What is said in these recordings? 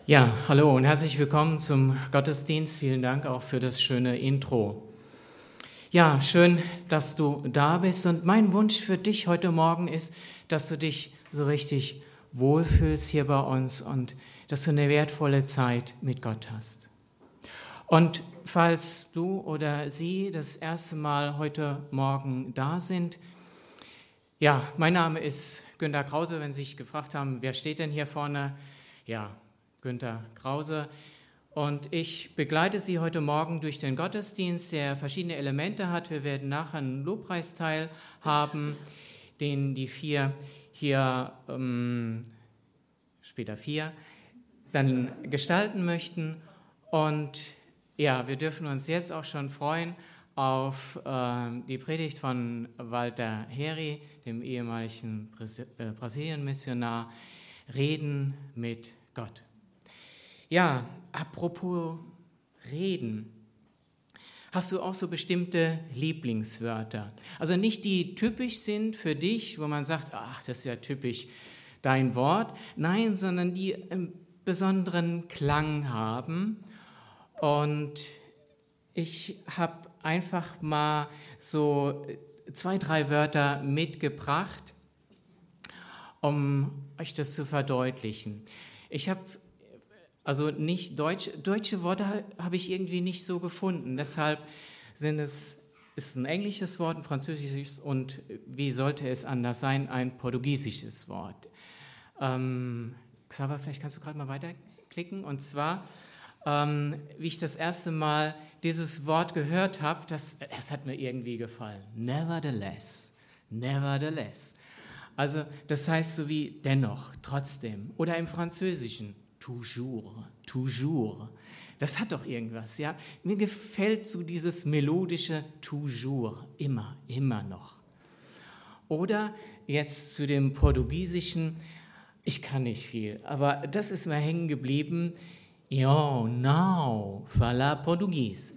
Ja, hallo und herzlich willkommen zum Gottesdienst. Vielen Dank auch für das schöne Intro. Ja, schön, dass du da bist und mein Wunsch für dich heute Morgen ist, dass du dich so richtig wohlfühlst hier bei uns und dass du eine wertvolle Zeit mit Gott hast. Und falls du oder sie das erste Mal heute Morgen da sind, ja, mein Name ist Günter Krause, wenn Sie sich gefragt haben, wer steht denn hier vorne? Ja, Günter Krause, und ich begleite Sie heute Morgen durch den Gottesdienst, der verschiedene Elemente hat. Wir werden nachher einen Lobpreisteil haben, den die vier hier, später vier, dann gestalten möchten. Und ja, wir dürfen uns jetzt auch schon freuen auf die Predigt von Walter Heri, dem ehemaligen Brasilien-Missionar, Reden mit Gott. Ja, apropos Reden, hast du auch so bestimmte Lieblingswörter? Also nicht die typisch sind für dich, wo man sagt, ach, das ist ja typisch dein Wort, nein, sondern die einen besonderen Klang haben. Und ich habe einfach mal so 2, 3 Wörter mitgebracht, um euch das zu verdeutlichen. Ich habe also nicht deutsche Worte habe ich irgendwie nicht so gefunden. Deshalb ist ein englisches Wort, ein französisches und wie sollte es anders sein, ein portugiesisches Wort. Xaver, vielleicht kannst du gerade mal weiterklicken. Und zwar, wie ich das erste Mal dieses Wort gehört habe, das hat mir irgendwie gefallen. Nevertheless. Also das heißt so wie dennoch, trotzdem. Oder im Französischen. Toujours. Das hat doch irgendwas, ja. Mir gefällt so dieses melodische toujours, immer noch. Oder jetzt zu dem Portugiesischen, ich kann nicht viel, aber das ist mir hängen geblieben. Eu não falo português.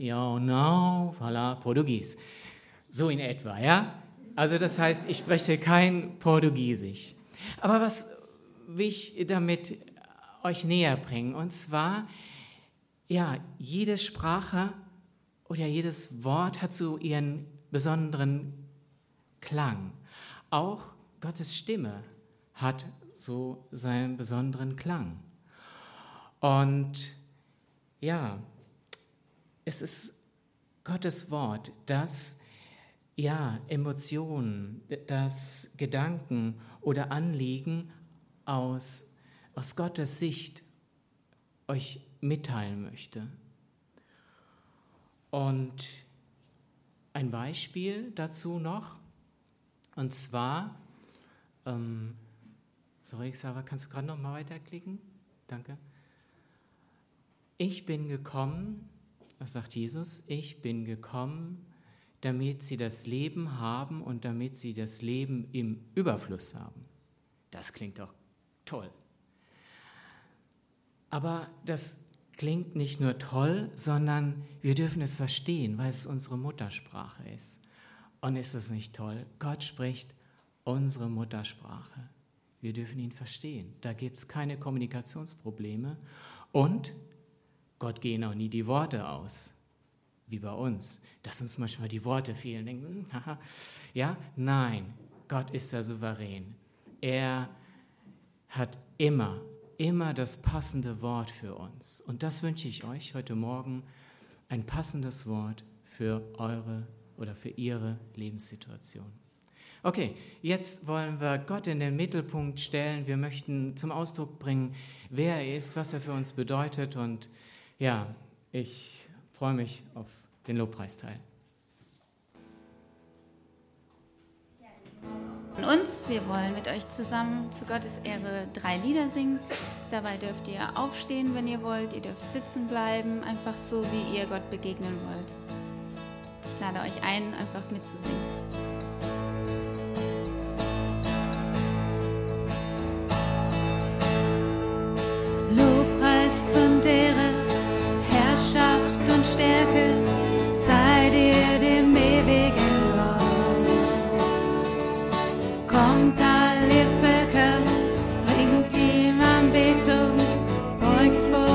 So in etwa, ja. Also das heißt, ich spreche kein Portugiesisch. Aber was will ich damit euch näher bringen? Und zwar, ja, jede Sprache oder jedes Wort hat so ihren besonderen Klang. Auch Gottes Stimme hat so seinen besonderen Klang. Und ja, es ist Gottes Wort, das Emotionen, das Gedanken oder Anliegen aus Gottes Sicht euch mitteilen möchte. Und ein Beispiel dazu noch, und zwar, Xaver, kannst du gerade noch mal weiterklicken? Danke. Ich bin gekommen, was sagt Jesus? Ich bin gekommen, damit sie das Leben haben und damit sie das Leben im Überfluss haben. Das klingt doch toll. Aber das klingt nicht nur toll, sondern wir dürfen es verstehen, weil es unsere Muttersprache ist. Und ist es nicht toll? Gott spricht unsere Muttersprache. Wir dürfen ihn verstehen. Da gibt es keine Kommunikationsprobleme. Und Gott gehen auch nie die Worte aus, wie bei uns, dass uns manchmal die Worte fehlen. Denken, ja, nein, Gott ist der Souverän. Er hat immer das passende Wort für uns. Und das wünsche ich euch heute Morgen, ein passendes Wort für eure oder für ihre Lebenssituation. Okay, jetzt wollen wir Gott in den Mittelpunkt stellen. Wir möchten zum Ausdruck bringen, wer er ist, was er für uns bedeutet. Und ja, ich freue mich auf den Lobpreisteil. Von uns, wir wollen mit euch zusammen zu Gottes Ehre 3 Lieder singen. Dabei dürft ihr aufstehen, wenn ihr wollt. Ihr dürft sitzen bleiben, einfach so, wie ihr Gott begegnen wollt. Ich lade euch ein, einfach mitzusingen. Lobpreis und Ehre, Herrschaft und Stärke, sei dir dem ewigen Gott. Kommt alle Völker, bringt ihm Anbetung, beugt vor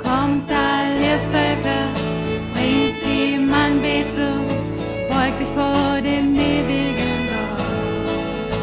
Kommt all ihr Völker, bringt ihm Anbetung, beugt euch vor dem ewigen Gott.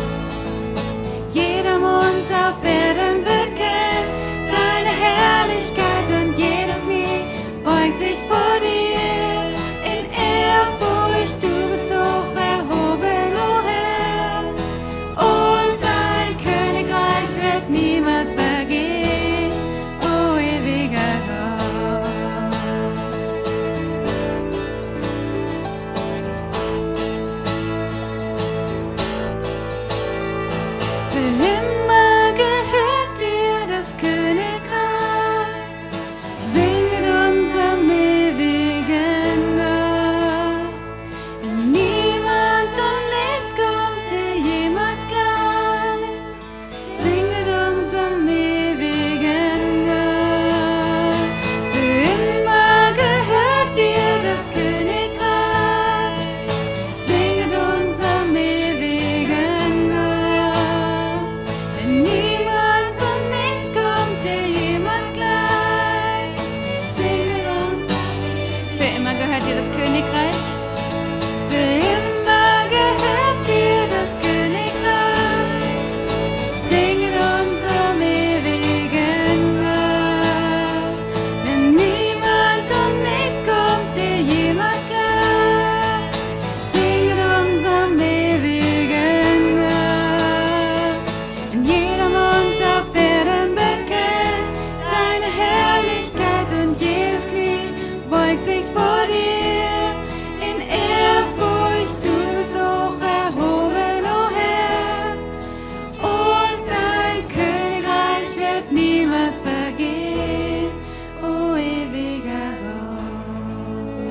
Jeder Mund auf Erden bekennt deine Herrlichkeit und jedes Knie beugt sich vor dir in Ehrfurcht. Du bist hoch erhoben, o Herr, und dein Königreich wird niemals vergehen, o ewiger Gott. Für immer gehört dir das Königreich. Singet unserem ewigen Gott. Niemand und nichts kommt dir jemals gleich. Singet unserem ewigen Gott. Für immer gehört dir das Königreich. Singet unserem ewigen Gott. Denn niemand und nichts kommt dir jemals gleich. Singet uns. Für immer gehört dir das Königreich. Für immer gehört dir das Königreich. Singet unserem ewigen Gott. Denn niemand und nichts kommt dir jemals gleich. Singet unserem ewigen Gott. Denn jeder Mund auf Erden bekennt deine Herrlichkeit und jedes Knie beugt sich vor dir in Ehrfurcht. Du bist hoch erhoben, o Herr, und dein Königreich wird niemals vergehen, o ewiger Gott.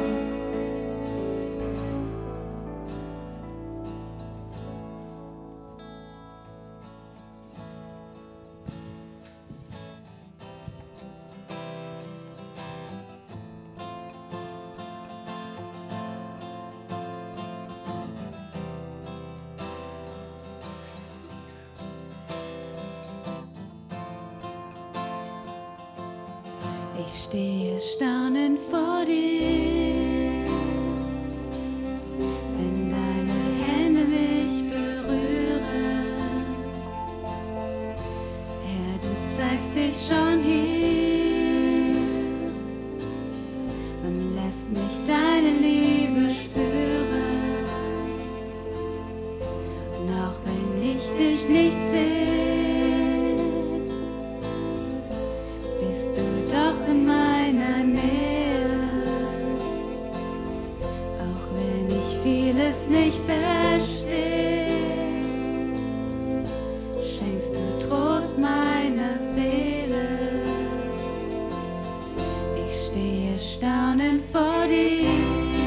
Ich stehe staunend vor dir, wenn deine Hände mich berühren. Herr, du zeigst dich schon hier und lässt mich deine Liebe spüren. Und auch wenn ich dich nicht sehe, bist du doch in meiner Nähe. Auch wenn ich vieles nicht verstehe, schenkst du Trost meiner Seele. Ich stehe staunend vor dir,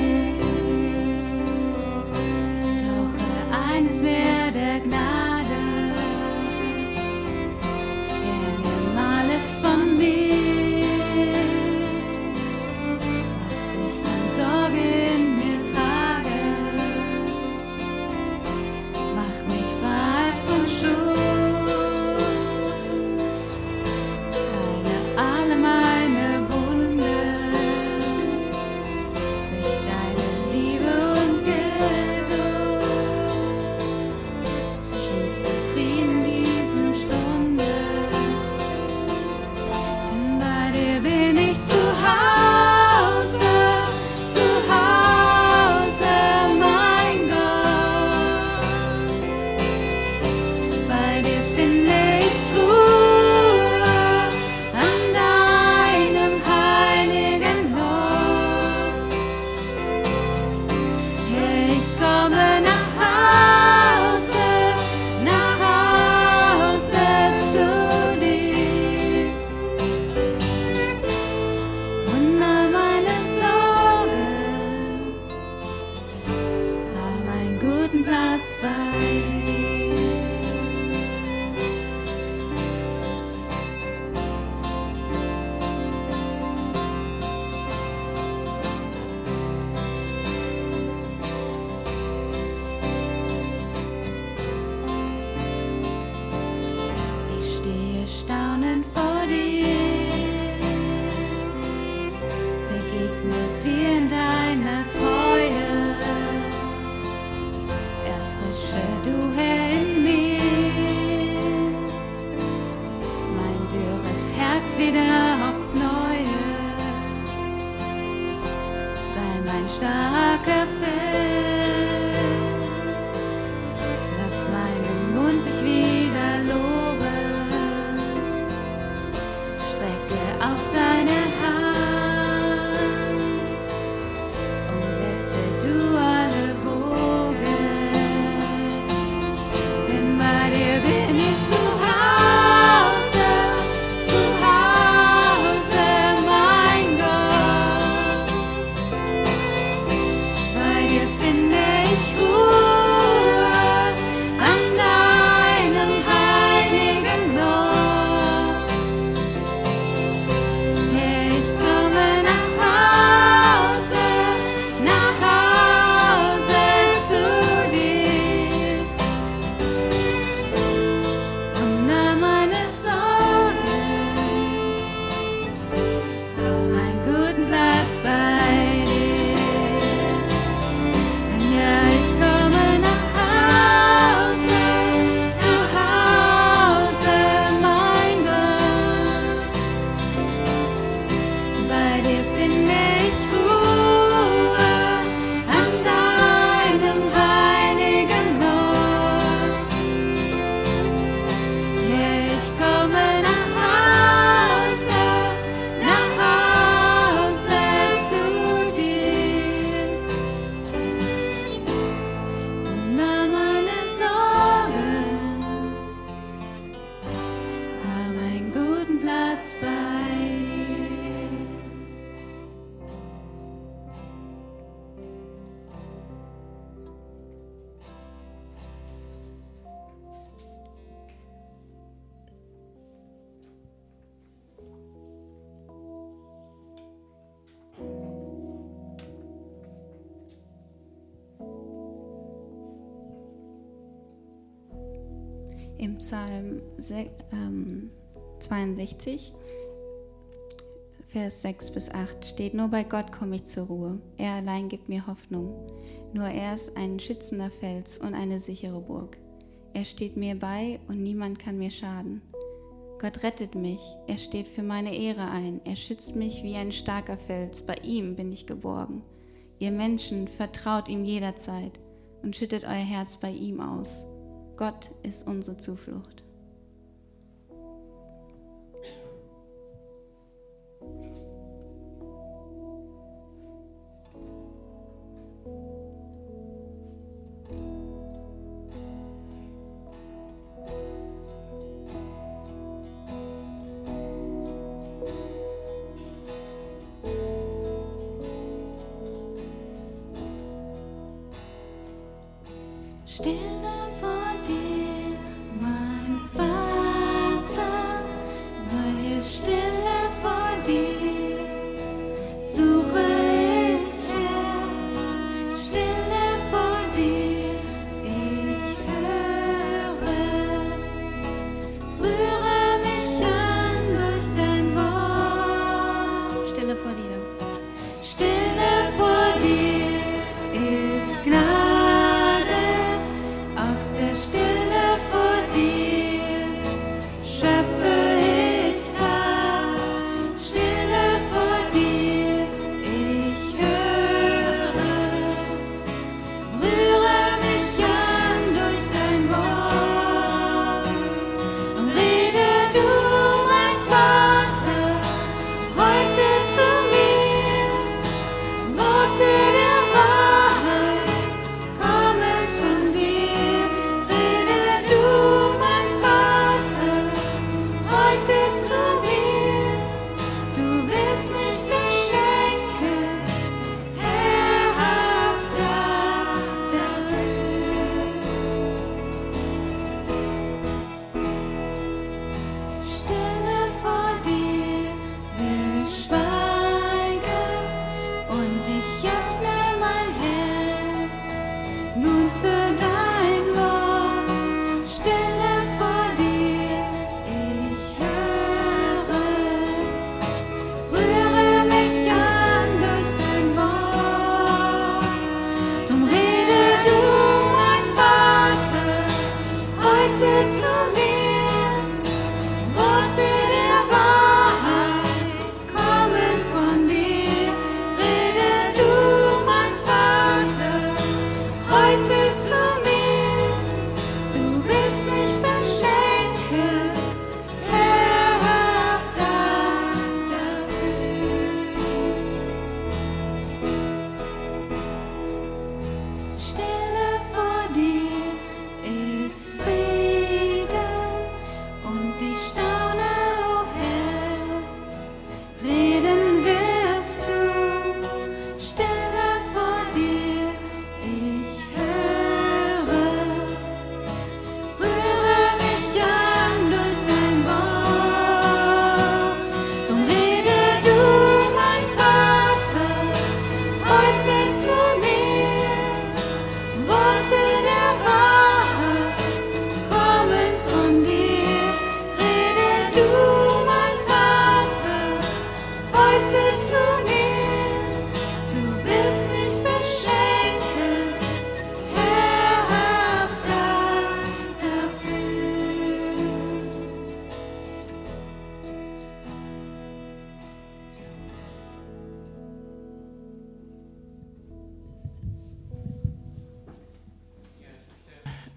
tauche eins Meer der Gnade. Nimm alles von mir, was ich an Sorge in mir trage. Mach mich frei von Schuld, heile alle meine Wunden. Durch deiner Treue. Erfrische du, Herr, in mir mein dürres Herz wieder aufs Neue. Sei mein starker Fels, lass meinen Mund dich wieder loben. Strecke aus deine Hand und letze du alle Wogen, denn bei dir bin ich zu Hause, mein Gott. Bei dir finde ich Ruhe an deinem heiligen Ort. Herr, ich komme nach Hause zu dir. Und all meine Sorgen, hab einen guten Platz bei dir. Und ja, ich komme nach Hause, mein Gott. Bei dir finde ich Ruhe an deinem heiligen Ort. Herr, ich komme nach Hause zu dir. Und all meine Sorgen haben einen guten Platz bei dir. Im Psalm 62, Vers 6 bis 8 steht: Nur bei Gott komme ich zur Ruhe. Er allein gibt mir Hoffnung. Nur er ist ein schützender Fels und eine sichere Burg. Er steht mir bei und niemand kann mir schaden. Gott rettet mich. Er steht für meine Ehre ein. Er schützt mich wie ein starker Fels. Bei ihm bin ich geborgen. Ihr Menschen, vertraut ihm jederzeit und schüttet euer Herz bei ihm aus. Gott ist unsere Zuflucht. Stille vor dir, mein Vater, neue Stille vor dir, suche ich her. Stille vor dir, ich höre, rühre mich an durch dein Wort. Stille vor dir. Stille vor dir ist Gnade aus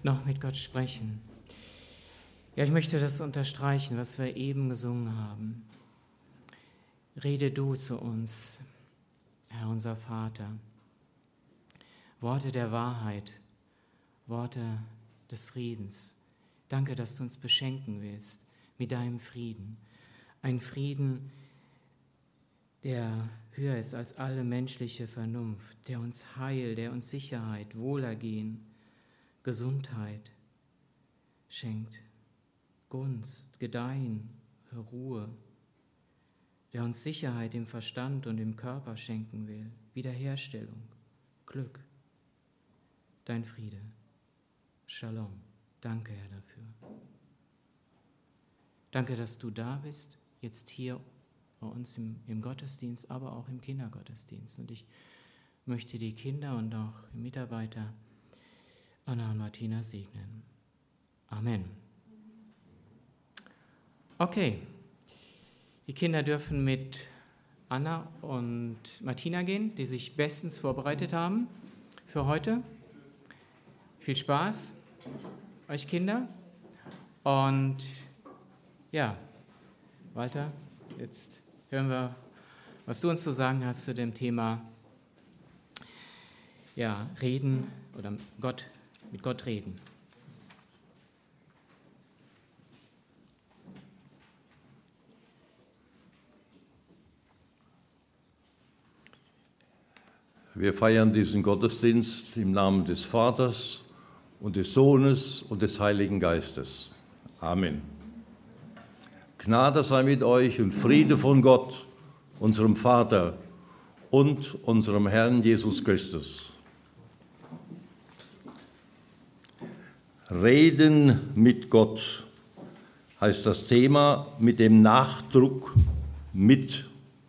noch mit Gott sprechen. Ja, ich möchte das unterstreichen, was wir eben gesungen haben. Rede du zu uns, Herr unser Vater. Worte der Wahrheit, Worte des Friedens. Danke, dass du uns beschenken willst mit deinem Frieden. Ein Frieden, der höher ist als alle menschliche Vernunft, der uns Heil, der uns Sicherheit, Wohlergehen, Gesundheit schenkt, Gunst, Gedeihen, Ruhe, der uns Sicherheit im Verstand und im Körper schenken will, Wiederherstellung, Glück, dein Friede, Shalom. Danke, Herr, dafür. Danke, dass du da bist, jetzt hier bei uns im Gottesdienst, aber auch im Kindergottesdienst. Und ich möchte die Kinder und auch die Mitarbeiter Anna und Martina segnen. Amen. Okay, die Kinder dürfen mit Anna und Martina gehen, die sich bestens vorbereitet haben für heute. Viel Spaß, euch Kinder. Und ja, Walter, jetzt hören wir, was du uns zu sagen hast zu dem Thema Reden oder mit Gott reden. Wir feiern diesen Gottesdienst im Namen des Vaters und des Sohnes und des Heiligen Geistes. Amen. Gnade sei mit euch und Friede von Gott, unserem Vater und unserem Herrn Jesus Christus. Reden mit Gott heißt das Thema mit dem Nachdruck mit.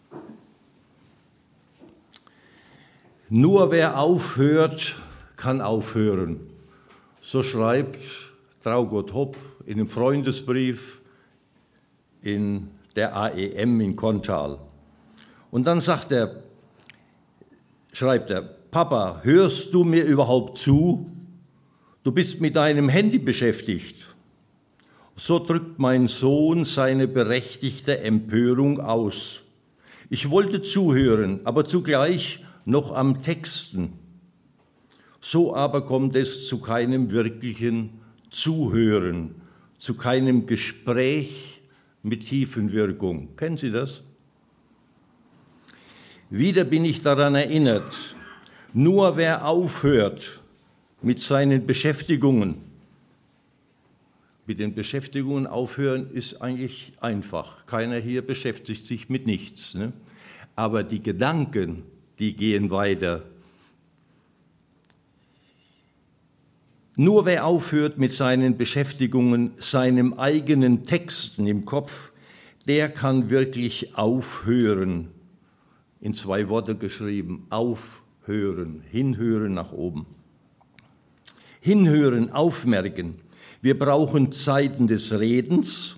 Nur wer aufhört, kann aufhören. So schreibt Traugott Hopp in einem Freundesbrief in der AEM in Kontal. Und dann schreibt er, Papa, hörst du mir überhaupt zu? Du bist mit deinem Handy beschäftigt. So drückt mein Sohn seine berechtigte Empörung aus. Ich wollte zuhören, aber zugleich noch am Texten. So aber kommt es zu keinem wirklichen Zuhören, zu keinem Gespräch mit Tiefenwirkung. Kennen Sie das? Wieder bin ich daran erinnert, nur wer aufhört mit seinen Beschäftigungen, mit den Beschäftigungen aufhören ist eigentlich einfach. Keiner hier beschäftigt sich mit nichts, ne? Aber die Gedanken, die gehen weiter. Nur wer aufhört mit seinen Beschäftigungen, seinem eigenen Texten im Kopf, der kann wirklich aufhören. In 2 Worte geschrieben, aufhören, hinhören nach oben. Hinhören, aufmerken. Wir brauchen Zeiten des Redens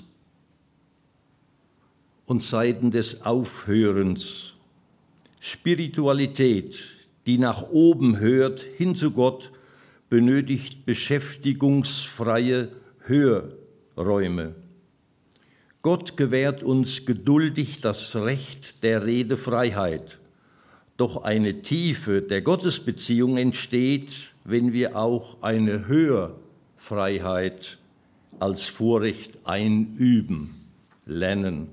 und Zeiten des Aufhörens. Spiritualität, die nach oben hört, hin zu Gott, benötigt beschäftigungsfreie Hörräume. Gott gewährt uns geduldig das Recht der Redefreiheit. Doch eine Tiefe der Gottesbeziehung entsteht, wenn wir auch eine Hörfreiheit als Vorrecht einüben, lernen.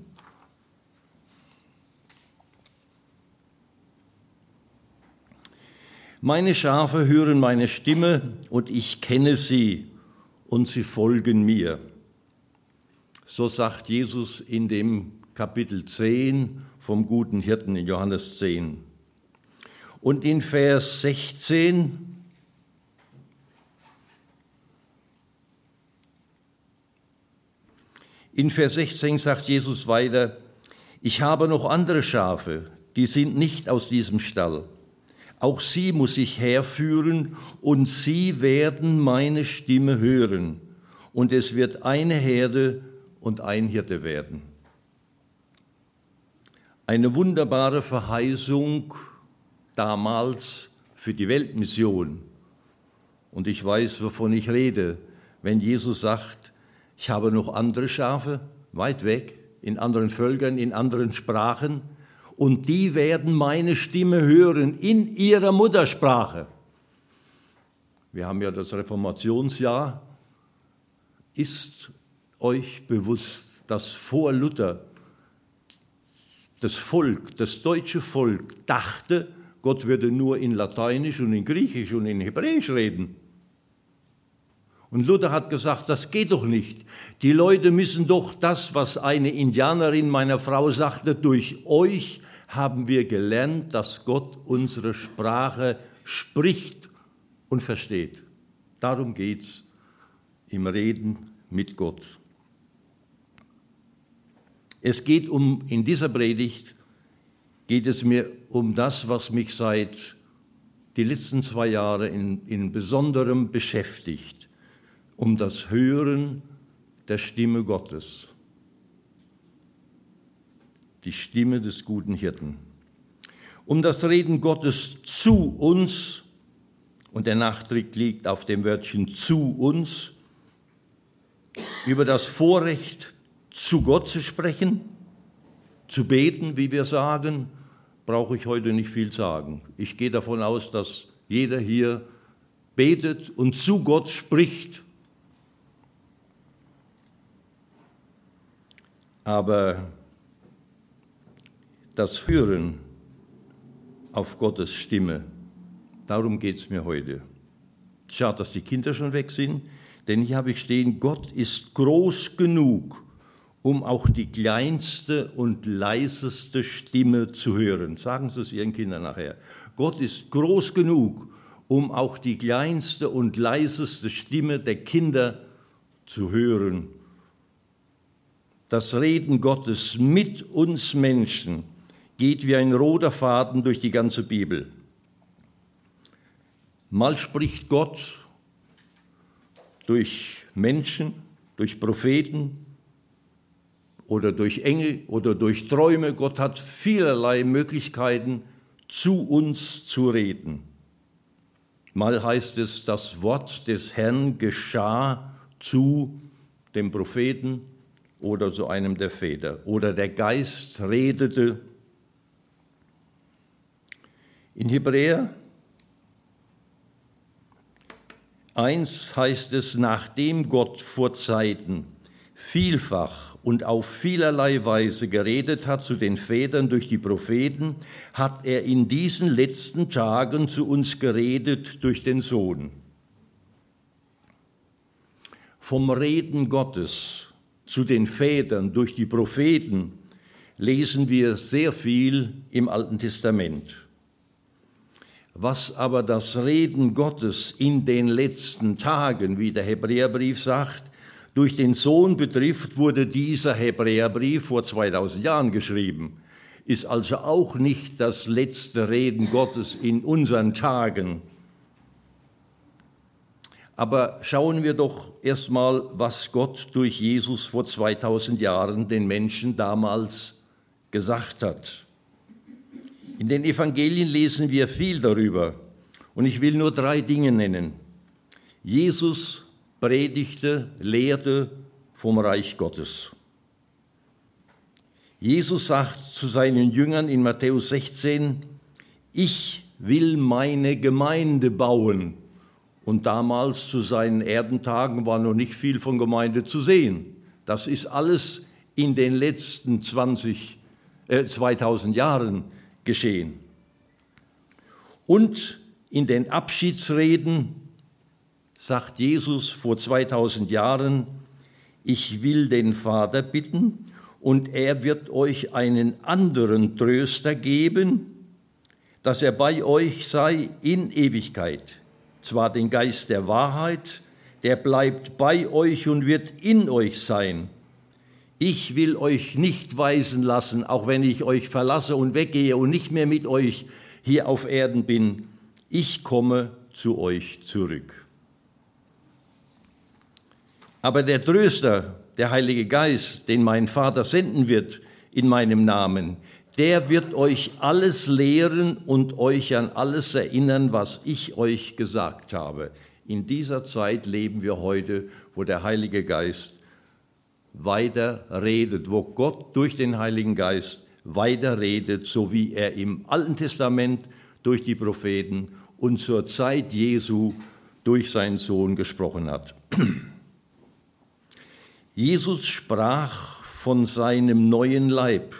Meine Schafe hören meine Stimme und ich kenne sie und sie folgen mir. So sagt Jesus in dem Kapitel 10 vom guten Hirten in Johannes 10. Und in Vers 16 sagt Jesus weiter, ich habe noch andere Schafe, die sind nicht aus diesem Stall. Auch sie muss ich herführen und sie werden meine Stimme hören. Und es wird eine Herde und ein Hirte werden. Eine wunderbare Verheißung damals für die Weltmission. Und ich weiß, wovon ich rede, wenn Jesus sagt, ich habe noch andere Schafe, weit weg, in anderen Völkern, in anderen Sprachen, und die werden meine Stimme hören in ihrer Muttersprache. Wir haben ja das Reformationsjahr. Ist euch bewusst, dass vor Luther das Volk, das deutsche Volk, dachte, Gott würde nur in Lateinisch und in Griechisch und in Hebräisch reden? Und Luther hat gesagt, das geht doch nicht. Die Leute müssen doch das, was eine Indianerin meiner Frau sagte, durch euch haben wir gelernt, dass Gott unsere Sprache spricht und versteht. Darum geht es im Reden mit Gott. Es geht in dieser Predigt geht es mir um das, was mich seit die letzten 2 Jahre in Besonderem beschäftigt, um das Hören der Stimme Gottes, die Stimme des guten Hirten, um das Reden Gottes zu uns, und der Nachdruck liegt auf dem Wörtchen zu uns, über das Vorrecht, zu Gott zu sprechen, zu beten, wie wir sagen, brauche ich heute nicht viel sagen. Ich gehe davon aus, dass jeder hier betet und zu Gott spricht. Aber das Hören auf Gottes Stimme, darum geht es mir heute. Schade, dass die Kinder schon weg sind, denn hier habe ich stehen, Gott ist groß genug, um auch die kleinste und leiseste Stimme zu hören. Sagen Sie es Ihren Kindern nachher. Gott ist groß genug, um auch die kleinste und leiseste Stimme der Kinder zu hören. Das Reden Gottes mit uns Menschen geht wie ein roter Faden durch die ganze Bibel. Mal spricht Gott durch Menschen, durch Propheten oder durch Engel oder durch Träume. Gott hat vielerlei Möglichkeiten, zu uns zu reden. Mal heißt es, das Wort des Herrn geschah zu dem Propheten oder zu einem der Väter. Oder der Geist redete. In Hebräer 1 heißt es, nachdem Gott vor Zeiten vielfach und auf vielerlei Weise geredet hat zu den Vätern durch die Propheten, hat er in diesen letzten Tagen zu uns geredet durch den Sohn. Vom Reden Gottes zu den Vätern durch die Propheten lesen wir sehr viel im Alten Testament. Was aber das Reden Gottes in den letzten Tagen, wie der Hebräerbrief sagt, durch den Sohn betrifft, wurde dieser Hebräerbrief vor 2000 Jahren geschrieben, ist also auch nicht das letzte Reden Gottes in unseren Tagen. Aber schauen wir doch erstmal, was Gott durch Jesus vor 2000 Jahren den Menschen damals gesagt hat. In den Evangelien lesen wir viel darüber und ich will nur 3 Dinge nennen. Jesus predigte, lehrte vom Reich Gottes. Jesus sagt zu seinen Jüngern in Matthäus 16, ich will meine Gemeinde bauen. Und damals zu seinen Erdentagen war noch nicht viel von Gemeinde zu sehen. Das ist alles in den letzten 2000 Jahren geschehen. Und in den Abschiedsreden sagt Jesus vor 2000 Jahren, ich will den Vater bitten und er wird euch einen anderen Tröster geben, dass er bei euch sei in Ewigkeit. Zwar den Geist der Wahrheit, der bleibt bei euch und wird in euch sein. Ich will euch nicht weisen lassen, auch wenn ich euch verlasse und weggehe und nicht mehr mit euch hier auf Erden bin. Ich komme zu euch zurück. Aber der Tröster, der Heilige Geist, den mein Vater senden wird in meinem Namen, der wird euch alles lehren und euch an alles erinnern, was ich euch gesagt habe. In dieser Zeit leben wir heute, wo der Heilige Geist weiter redet, wo Gott durch den Heiligen Geist weiter redet, so wie er im Alten Testament durch die Propheten und zur Zeit Jesu durch seinen Sohn gesprochen hat. Jesus sprach von seinem neuen Leib,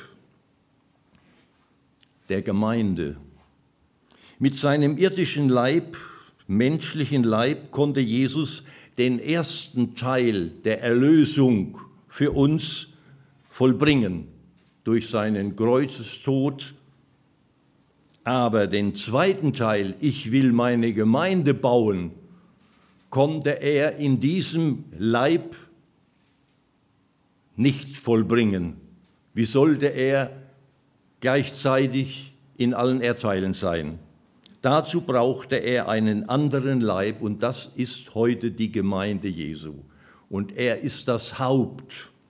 der Gemeinde. Mit seinem irdischen Leib, menschlichen Leib, konnte Jesus den ersten Teil der Erlösung für uns vollbringen durch seinen Kreuzestod. Aber den zweiten Teil, ich will meine Gemeinde bauen, konnte er in diesem Leib nicht vollbringen. Wie sollte er gleichzeitig in allen Erdteilen sein? Dazu brauchte er einen anderen Leib und das ist heute die Gemeinde Jesu. Und er ist das Haupt.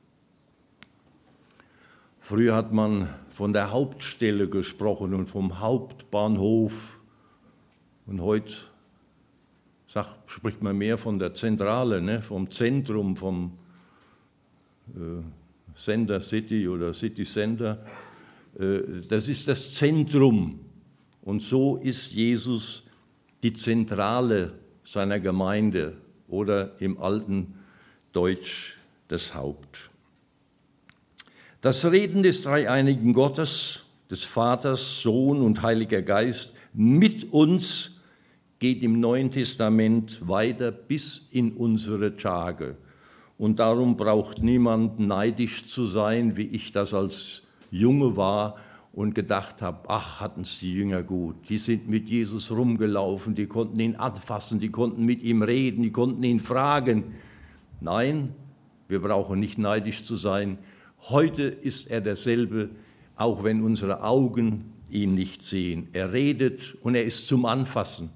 Früher hat man von der Hauptstelle gesprochen und vom Hauptbahnhof. Und heute spricht man mehr von der Zentrale, ne? Vom Zentrum, vom Sender City oder City Center. Das ist das Zentrum. Und so ist Jesus die Zentrale seiner Gemeinde oder im alten Deutsch das Haupt. Das Reden des dreieinigen Gottes, des Vaters, Sohn und Heiliger Geist mit uns geht im Neuen Testament weiter bis in unsere Tage. Und darum braucht niemand neidisch zu sein, wie ich das als Junge war und gedacht habe, ach, hatten es die Jünger gut. Die sind mit Jesus rumgelaufen, die konnten ihn anfassen, die konnten mit ihm reden, die konnten ihn fragen. Nein, wir brauchen nicht neidisch zu sein. Heute ist er derselbe, auch wenn unsere Augen ihn nicht sehen. Er redet und er ist zum Anfassen.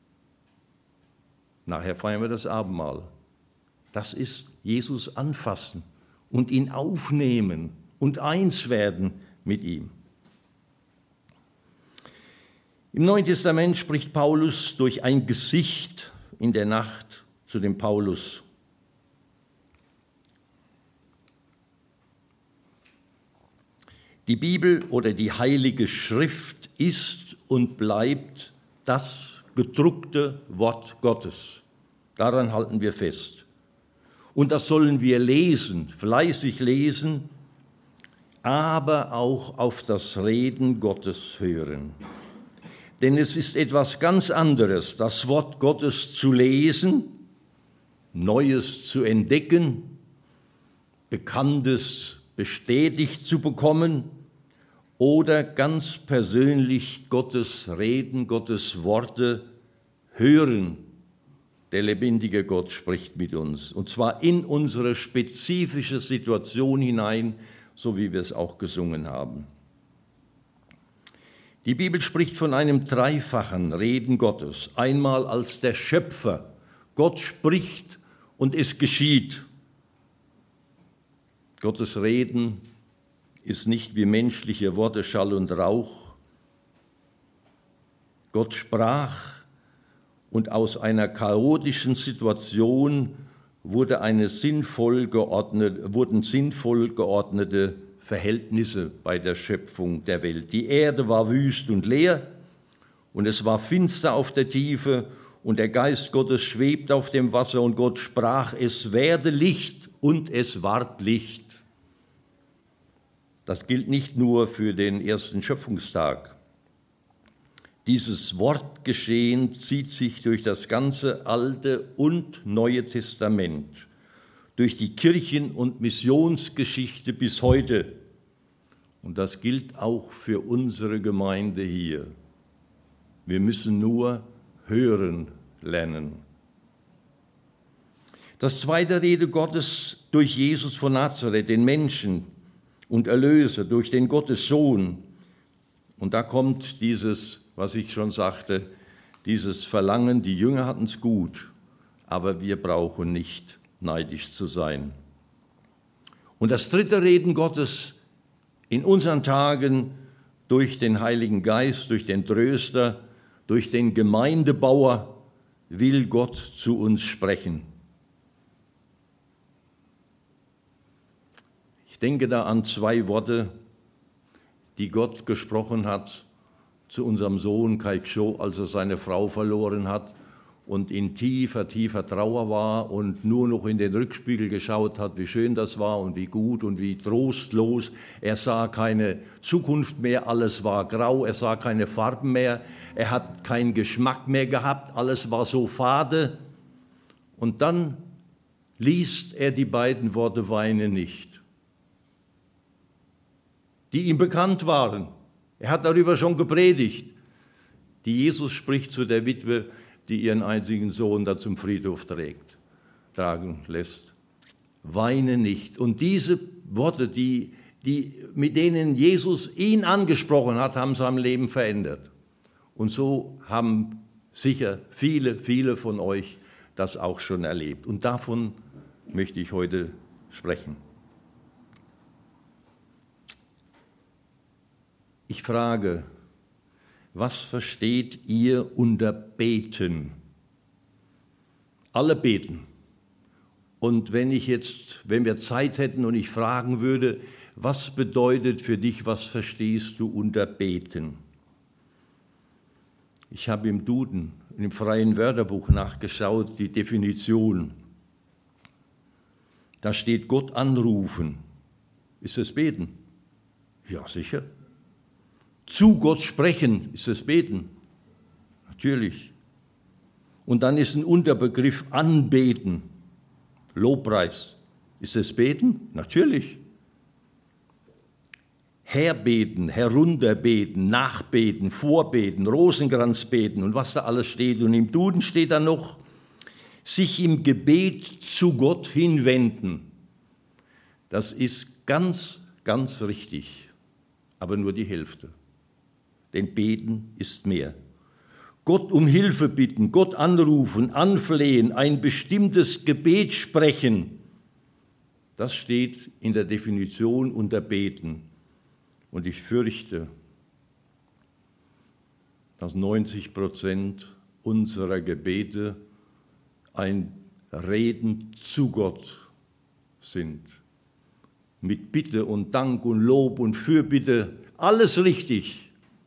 Nachher feiern wir das Abendmahl. Das ist Jesus anfassen und ihn aufnehmen und eins werden mit ihm. Im Neuen Testament spricht Paulus durch ein Gesicht in der Nacht zu dem Paulus. Die Bibel oder die Heilige Schrift ist und bleibt das gedruckte Wort Gottes. Daran halten wir fest. Und das sollen wir lesen, fleißig lesen, aber auch auf das Reden Gottes hören. Denn es ist etwas ganz anderes, das Wort Gottes zu lesen, Neues zu entdecken, Bekanntes bestätigt zu bekommen oder ganz persönlich Gottes Reden, Gottes Worte hören. Der lebendige Gott spricht mit uns, und zwar in unsere spezifische Situation hinein, so wie wir es auch gesungen haben. Die Bibel spricht von einem dreifachen Reden Gottes. Einmal als der Schöpfer. Gott spricht und es geschieht. Gottes Reden ist nicht wie menschliche Worte Schall und Rauch. Gott sprach und aus einer chaotischen Situation wurden sinnvoll geordnete Verhältnisse bei der Schöpfung der Welt. Die Erde war wüst und leer und es war finster auf der Tiefe und der Geist Gottes schwebt auf dem Wasser und Gott sprach, es werde Licht und es ward Licht. Das gilt nicht nur für den ersten Schöpfungstag. Dieses Wortgeschehen zieht sich durch das ganze Alte und Neue Testament, durch die Kirchen- und Missionsgeschichte bis heute. Und das gilt auch für unsere Gemeinde hier. Wir müssen nur hören lernen. Das zweite Rede Gottes durch Jesus von Nazareth, den Menschen und Erlöser, durch den Gottessohn. Und da kommt dieses, was ich schon sagte, dieses Verlangen, die Jünger hatten es gut, aber wir brauchen nicht neidisch zu sein. Und das dritte Reden Gottes in unseren Tagen durch den Heiligen Geist, durch den Tröster, durch den Gemeindebauer, will Gott zu uns sprechen. Ich denke da an 2 Worte, die Gott gesprochen hat zu unserem Sohn Kai Cho, als er seine Frau verloren hat und in tiefer, tiefer Trauer war und nur noch in den Rückspiegel geschaut hat, wie schön das war und wie gut und wie trostlos. Er sah keine Zukunft mehr, alles war grau, er sah keine Farben mehr, er hat keinen Geschmack mehr gehabt, alles war so fade. Und dann liest er die beiden Worte "Weine nicht", die ihm bekannt waren. Er hat darüber schon gepredigt, die Jesus spricht zu der Witwe, die ihren einzigen Sohn da zum Friedhof tragen lässt. Weine nicht. Und diese Worte, mit denen Jesus ihn angesprochen hat, haben sein Leben verändert. Und so haben sicher viele, viele von euch das auch schon erlebt. Und davon möchte ich heute sprechen. Ich frage, was versteht ihr unter Beten? Alle beten. Und wenn wir Zeit hätten und ich fragen würde, was bedeutet für dich, was verstehst du unter Beten? Ich habe im Duden, im freien Wörterbuch nachgeschaut, die Definition. Da steht Gott anrufen. Ist es Beten? Ja, sicher. Zu Gott sprechen, ist es Beten? Natürlich. Und dann ist ein Unterbegriff Anbeten, Lobpreis. Ist es Beten? Natürlich. Herbeten, herunterbeten, nachbeten, vorbeten, Rosenkranz beten und was da alles steht. Und im Duden steht da noch, sich im Gebet zu Gott hinwenden. Das ist ganz, ganz richtig, aber nur die Hälfte. Denn Beten ist mehr. Gott um Hilfe bitten, Gott anrufen, anflehen, ein bestimmtes Gebet sprechen. Das steht in der Definition unter Beten. Und ich fürchte, dass 90% unserer Gebete ein Reden zu Gott sind. Mit Bitte und Dank und Lob und Fürbitte, alles richtig.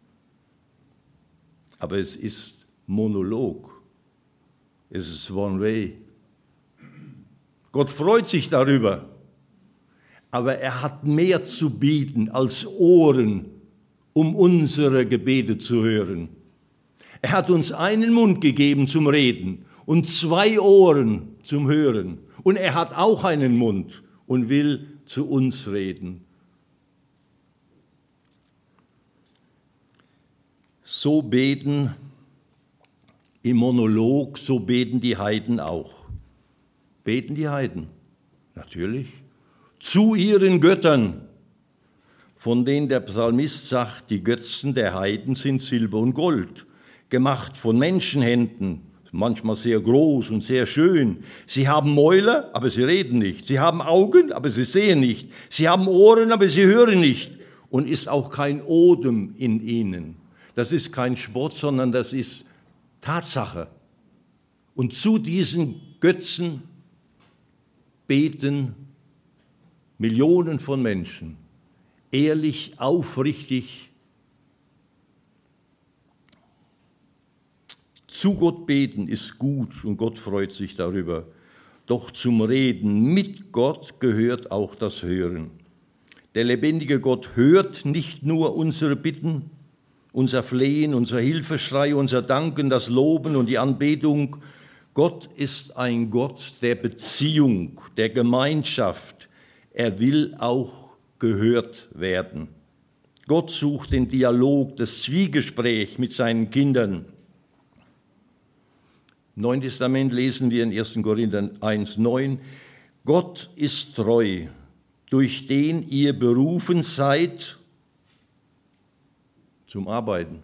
Aber es ist Monolog, es ist One Way. Gott freut sich darüber, aber er hat mehr zu bieten als Ohren, um unsere Gebete zu hören. Er hat uns einen Mund gegeben zum Reden und 2 Ohren zum Hören. Und er hat auch einen Mund und will zu uns reden. So beten im Monolog, so beten die Heiden auch. Beten die Heiden? Natürlich. Zu ihren Göttern, von denen der Psalmist sagt, die Götzen der Heiden sind Silber und Gold, gemacht von Menschenhänden, manchmal sehr groß und sehr schön. Sie haben Mäuler, aber sie reden nicht. Sie haben Augen, aber sie sehen nicht. Sie haben Ohren, aber sie hören nicht. Und ist auch kein Odem in ihnen. Das ist kein Spott, sondern das ist Tatsache. Und zu diesen Götzen beten Millionen von Menschen, ehrlich, aufrichtig. Zu Gott beten ist gut und Gott freut sich darüber. Doch zum Reden mit Gott gehört auch das Hören. Der lebendige Gott hört nicht nur unsere Bitten, unser Flehen, unser Hilfeschrei, unser Danken, das Loben und die Anbetung. Gott ist ein Gott der Beziehung, der Gemeinschaft. Er will auch gehört werden. Gott sucht den Dialog, das Zwiegespräch mit seinen Kindern. Im Neuen Testament lesen wir in 1. Korinther 1,9: Gott ist treu, durch den ihr berufen seid zum Arbeiten,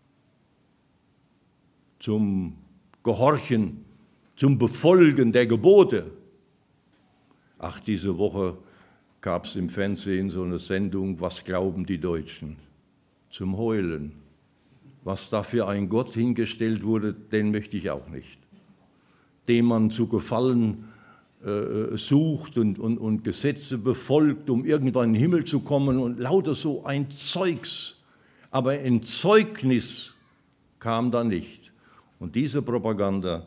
zum Gehorchen, zum Befolgen der Gebote. Ach, diese Woche gab es im Fernsehen so eine Sendung, was glauben die Deutschen? Zum Heulen. Was da für ein Gott hingestellt wurde, den möchte ich auch nicht. dem man zu gefallen sucht und Gesetze befolgt, um irgendwann in den Himmel zu kommen und lauter so ein Zeugs. Aber ein Zeugnis kam da nicht. Und diese Propaganda,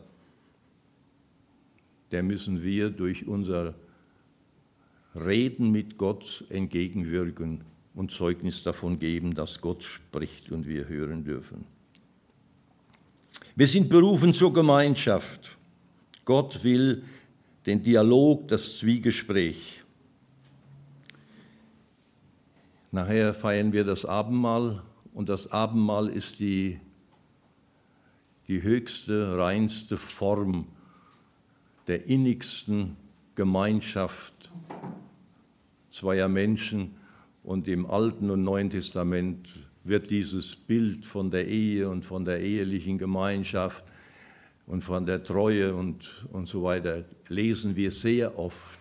der müssen wir durch unser Reden mit Gott entgegenwirken und Zeugnis davon geben, dass Gott spricht und wir hören dürfen. Wir sind berufen zur Gemeinschaft. Gott will den Dialog, das Zwiegespräch. Nachher feiern wir das Abendmahl und das Abendmahl ist die höchste, reinste Form der innigsten Gemeinschaft zweier Menschen. Und im Alten und Neuen Testament wird dieses Bild von der Ehe und von der ehelichen Gemeinschaft und von der Treue und so weiter lesen wir sehr oft.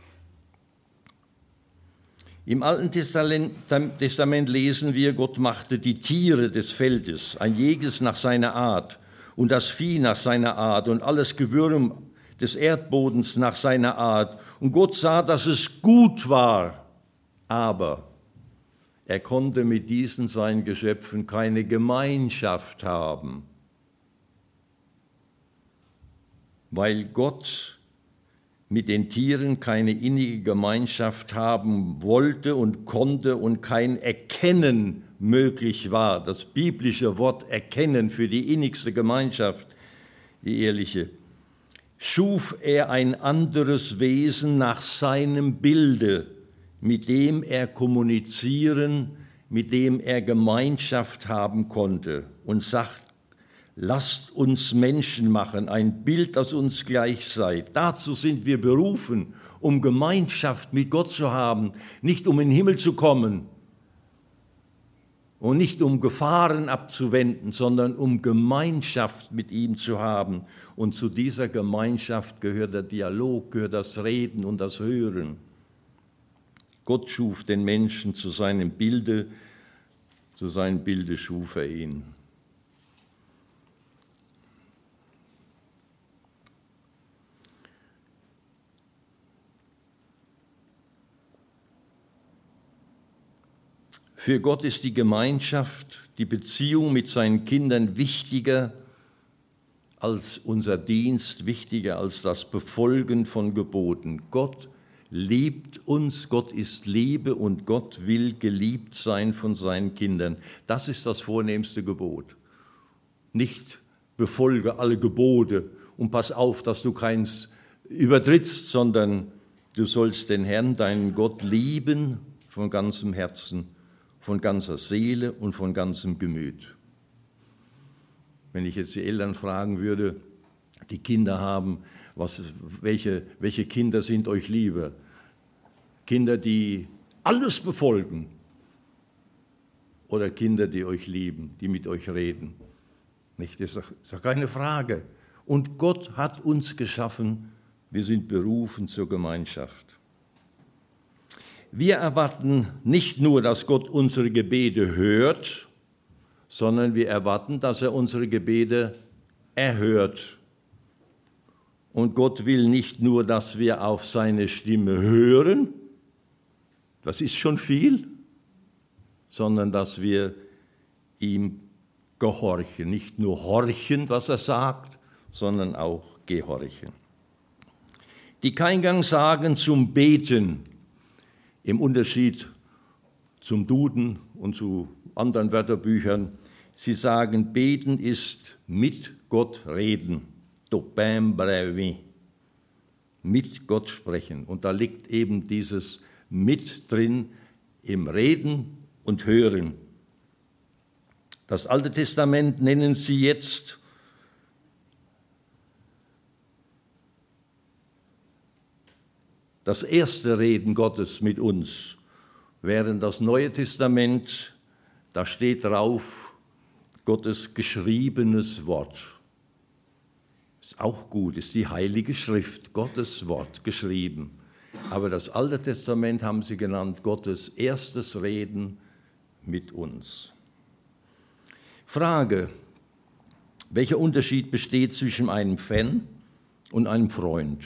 Im Alten Testament lesen wir, Gott machte die Tiere des Feldes, ein jedes nach seiner Art und das Vieh nach seiner Art und alles Gewürm des Erdbodens nach seiner Art. Und Gott sah, dass es gut war, aber er konnte mit diesen seinen Geschöpfen keine Gemeinschaft haben, weil Gott mit den Tieren keine innige Gemeinschaft haben wollte und konnte und kein Erkennen möglich war. Das biblische Wort Erkennen für die innigste Gemeinschaft, die ehrliche, schuf er ein anderes Wesen nach seinem Bilde, mit dem er kommunizieren, mit dem er Gemeinschaft haben konnte und sagt, lasst uns Menschen machen, ein Bild, das uns gleich sei. Dazu sind wir berufen, um Gemeinschaft mit Gott zu haben, nicht um in den Himmel zu kommen und nicht um Gefahren abzuwenden, sondern um Gemeinschaft mit ihm zu haben. Und zu dieser Gemeinschaft gehört der Dialog, gehört das Reden und das Hören. Gott schuf den Menschen zu seinem Bilde schuf er ihn. Für Gott ist die Gemeinschaft, die Beziehung mit seinen Kindern wichtiger als unser Dienst, wichtiger als das Befolgen von Geboten. Gott liebt uns, Gott ist Liebe und Gott will geliebt sein von seinen Kindern. Das ist das vornehmste Gebot. Nicht befolge alle Gebote und pass auf, dass du keins übertrittst, sondern du sollst den Herrn, deinen Gott, lieben von ganzem Herzen, von ganzer Seele und von ganzem Gemüt. Wenn ich jetzt die Eltern fragen würde, die Kinder haben, welche Kinder sind euch lieber? Kinder, die alles befolgen oder Kinder, die euch lieben, die mit euch reden? Nicht? Das ist doch keine Frage. Und Gott hat uns geschaffen, wir sind berufen zur Gemeinschaft. Wir erwarten nicht nur, dass Gott unsere Gebete hört, sondern wir erwarten, dass er unsere Gebete erhört. Und Gott will nicht nur, dass wir auf seine Stimme hören, das ist schon viel, sondern dass wir ihm gehorchen. Nicht nur horchen, was er sagt, sondern auch gehorchen. Die Keingang sagen zum Beten, im Unterschied zum Duden und zu anderen Wörterbüchern, sie sagen, beten ist mit Gott reden. Topin brevi, mit Gott sprechen. Und da liegt eben dieses mit drin im Reden und Hören. Das Alte Testament nennen sie jetzt das erste Reden Gottes mit uns, während das Neue Testament, da steht drauf Gottes geschriebenes Wort. Ist auch gut, ist die Heilige Schrift, Gottes Wort geschrieben. Aber das Alte Testament haben sie genannt Gottes erstes Reden mit uns. Frage: Welcher Unterschied besteht zwischen einem Fan, und einem Freund.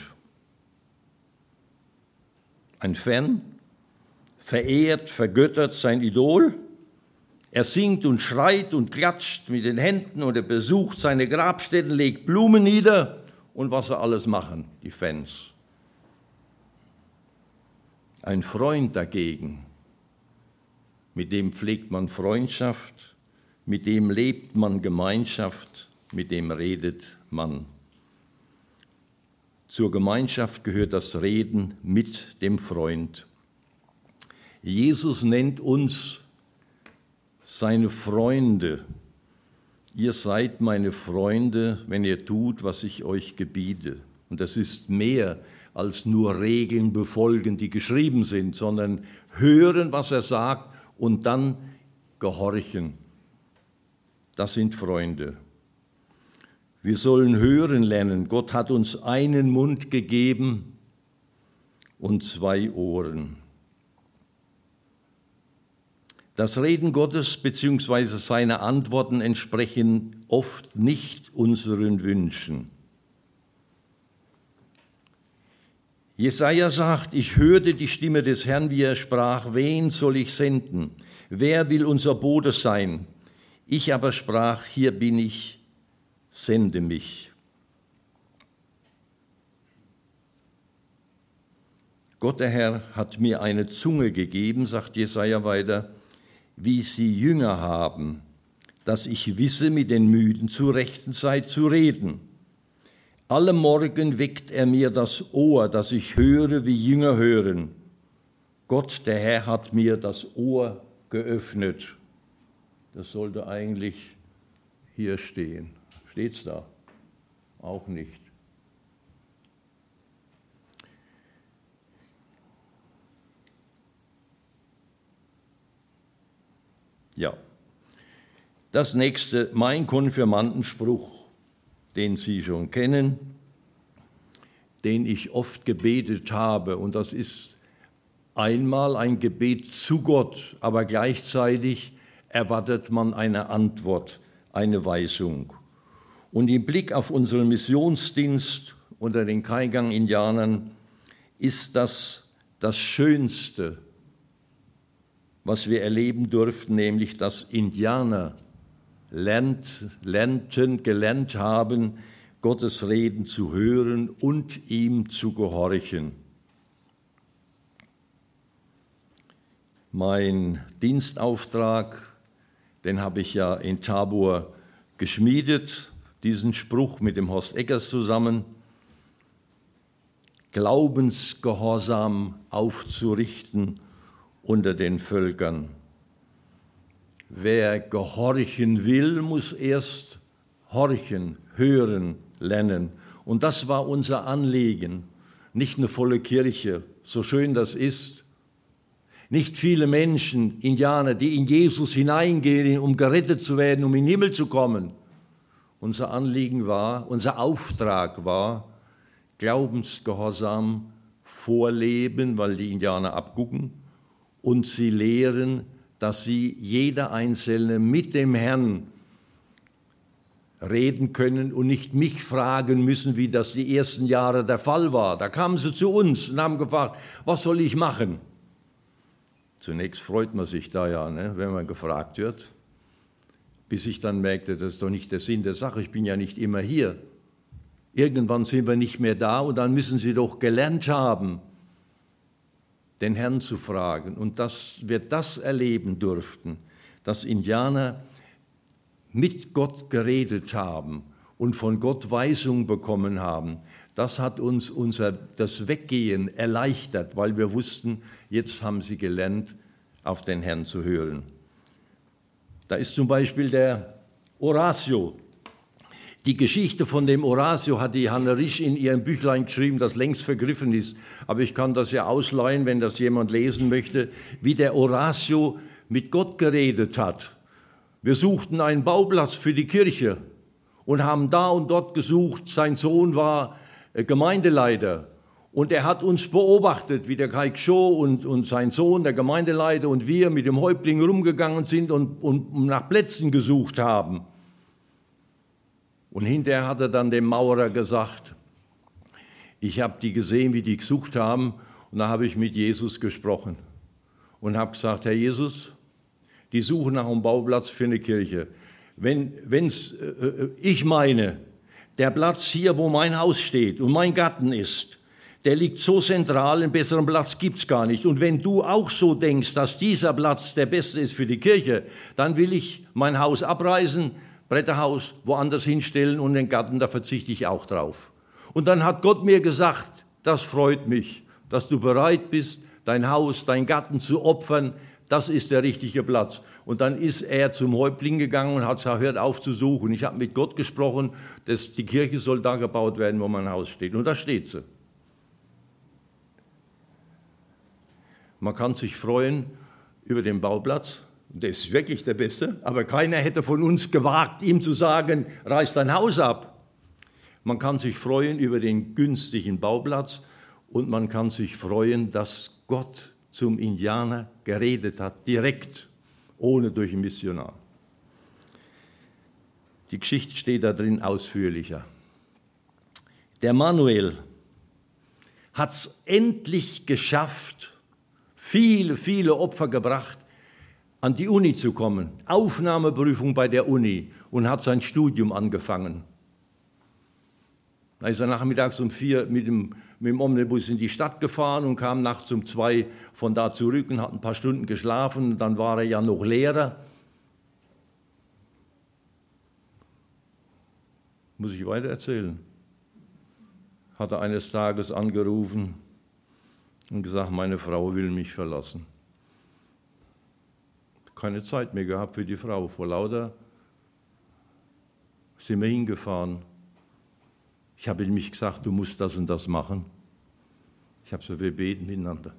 Ein Fan verehrt, vergöttert sein Idol. Er singt und schreit und klatscht mit den Händen und er besucht seine Grabstätten, legt Blumen nieder und was sie alles machen, die Fans. Ein Freund dagegen, mit dem pflegt man Freundschaft, mit dem lebt man Gemeinschaft, mit dem redet man. Zur Gemeinschaft gehört das Reden mit dem Freund. Jesus nennt uns seine Freunde. Ihr seid meine Freunde, wenn ihr tut, was ich euch gebiete. Und das ist mehr als nur Regeln befolgen, die geschrieben sind, sondern hören, was er sagt und dann gehorchen. Das sind Freunde. Wir sollen hören lernen. Gott hat uns einen Mund gegeben und 2 Ohren. Das Reden Gottes bzw. seine Antworten entsprechen oft nicht unseren Wünschen. Jesaja sagt, ich hörte die Stimme des Herrn, wie er sprach, wen soll ich senden? Wer will unser Bote sein? Ich aber sprach, hier bin ich, sende mich. Gott der Herr hat mir eine Zunge gegeben, sagt Jesaja weiter, wie sie Jünger haben, dass ich wisse, mit den Müden zur rechten Zeit zu reden. Alle Morgen weckt er mir das Ohr, dass ich höre, wie Jünger hören. Gott, der Herr, hat mir das Ohr geöffnet. Das sollte eigentlich hier stehen. Steht's da? Auch nicht. Ja, das nächste, mein Konfirmandenspruch, den Sie schon kennen, den ich oft gebetet habe. Und das ist einmal ein Gebet zu Gott, aber gleichzeitig erwartet man eine Antwort, eine Weisung. Und im Blick auf unseren Missionsdienst unter den Kaigang-Indianern ist das Schönste, was wir erleben durften, nämlich dass Indianer gelernt haben, Gottes Reden zu hören und ihm zu gehorchen. Mein Dienstauftrag, den habe ich ja in Tabor geschmiedet, diesen Spruch mit dem Horst Eckers zusammen, Glaubensgehorsam aufzurichten unter den Völkern. Wer gehorchen will, muss erst horchen, hören, lernen. Und das war unser Anliegen. Nicht eine volle Kirche, so schön das ist. Nicht viele Menschen, Indianer, die in Jesus hineingehen, um gerettet zu werden, um in den Himmel zu kommen. Unser Anliegen war, unser Auftrag war, Glaubensgehorsam vorleben, weil die Indianer abgucken, und sie lehren, dass sie jeder Einzelne mit dem Herrn reden können und nicht mich fragen müssen, wie das die ersten Jahre der Fall war. Da kamen sie zu uns und haben gefragt, was soll ich machen? Zunächst freut man sich da ja, ne, wenn man gefragt wird, bis ich dann merkte, das ist doch nicht der Sinn der Sache, ich bin ja nicht immer hier. Irgendwann sind wir nicht mehr da und dann müssen sie doch gelernt haben, den Herrn zu fragen. Und dass wir das erleben durften, dass Indianer mit Gott geredet haben und von Gott Weisung bekommen haben, das hat uns das Weggehen erleichtert, weil wir wussten, jetzt haben sie gelernt, auf den Herrn zu hören. Da ist zum Beispiel der Horatio. Die Geschichte von dem Horatio hat die Hanne Risch in ihrem Büchlein geschrieben, das längst vergriffen ist. Aber ich kann das ja ausleihen, wenn das jemand lesen möchte, wie der Horatio mit Gott geredet hat. Wir suchten einen Bauplatz für die Kirche und haben da und dort gesucht. Sein Sohn war Gemeindeleiter und er hat uns beobachtet, wie der Kai Kscho und sein Sohn, der Gemeindeleiter, und wir mit dem Häuptling rumgegangen sind und nach Plätzen gesucht haben. Und hinterher hat er dann dem Maurer gesagt, Ich habe die gesehen, wie die gesucht haben, und da habe ich mit Jesus gesprochen und habe gesagt, Herr Jesus, die suchen nach einem Bauplatz für eine Kirche. Ich meine, der Platz hier, wo mein Haus steht und mein Garten ist, der liegt so zentral, einen besseren Platz gibt es gar nicht. Und wenn du auch so denkst, dass dieser Platz der beste ist für die Kirche, dann will ich mein Haus abreißen, Bretterhaus woanders hinstellen und den Garten, da verzichte ich auch drauf. Und dann hat Gott mir gesagt, das freut mich, dass du bereit bist, dein Haus, dein Garten zu opfern, das ist der richtige Platz. Und dann ist er zum Häuptling gegangen und hat gesagt, hört auf zu suchen. Ich habe mit Gott gesprochen, die Kirche soll da gebaut werden, wo mein Haus steht. Und da steht sie. Man kann sich freuen über den Bauplatz, der ist wirklich der beste, aber keiner hätte von uns gewagt, ihm zu sagen, reiß dein Haus ab. Man kann sich freuen über den günstigen Bauplatz und man kann sich freuen, dass Gott zum Indianer geredet hat, direkt, ohne durch einen Missionar. Die Geschichte steht da drin ausführlicher. Der Manuel hat es endlich geschafft, viele Opfer gebracht, an die Uni zu kommen. Aufnahmeprüfung bei der Uni und hat sein Studium angefangen. Da ist er nachmittags um 4 mit dem Omnibus in die Stadt gefahren und kam nachts um 2 von da zurück und hat ein paar Stunden geschlafen. Und dann war er ja noch Lehrer. Muss ich weiter erzählen? Hat er eines Tages angerufen und gesagt, meine Frau will mich verlassen. Keine Zeit mehr gehabt für die Frau. Vor lauter sind wir hingefahren. Ich habe ihm gesagt, du musst das und das machen. Ich habe so, wir beten miteinander.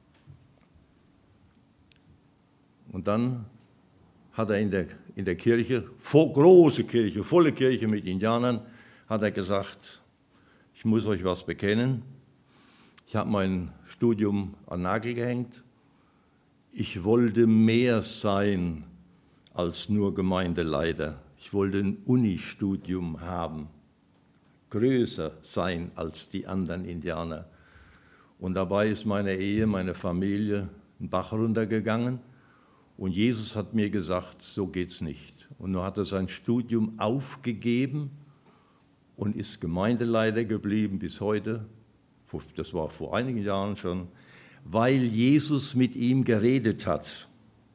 Und dann hat er in der Kirche, große Kirche, volle Kirche mit Indianern, hat er gesagt, ich muss euch was bekennen. Ich habe mein Studium an den Nagel gehängt. Ich wollte mehr sein als nur Gemeindeleiter. Ich wollte ein Unistudium haben, größer sein als die anderen Indianer. Und dabei ist meine Ehe, meine Familie einen Bach runtergegangen. Und Jesus hat mir gesagt, so geht's nicht. Und nun hat er sein Studium aufgegeben und ist Gemeindeleiter geblieben bis heute. Das war vor einigen Jahren schon, weil Jesus mit ihm geredet hat.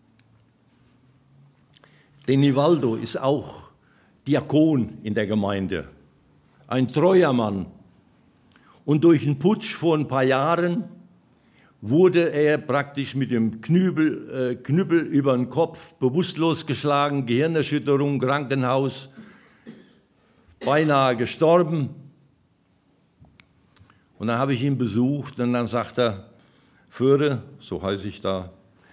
Der Nivaldo ist auch Diakon in der Gemeinde, ein treuer Mann. Und durch einen Putsch vor ein paar Jahren wurde er praktisch mit dem Knüppel über den Kopf bewusstlos geschlagen, Gehirnerschütterung, Krankenhaus, beinahe gestorben. Und dann habe ich ihn besucht und dann sagt er, Föhre, so heiße ich da,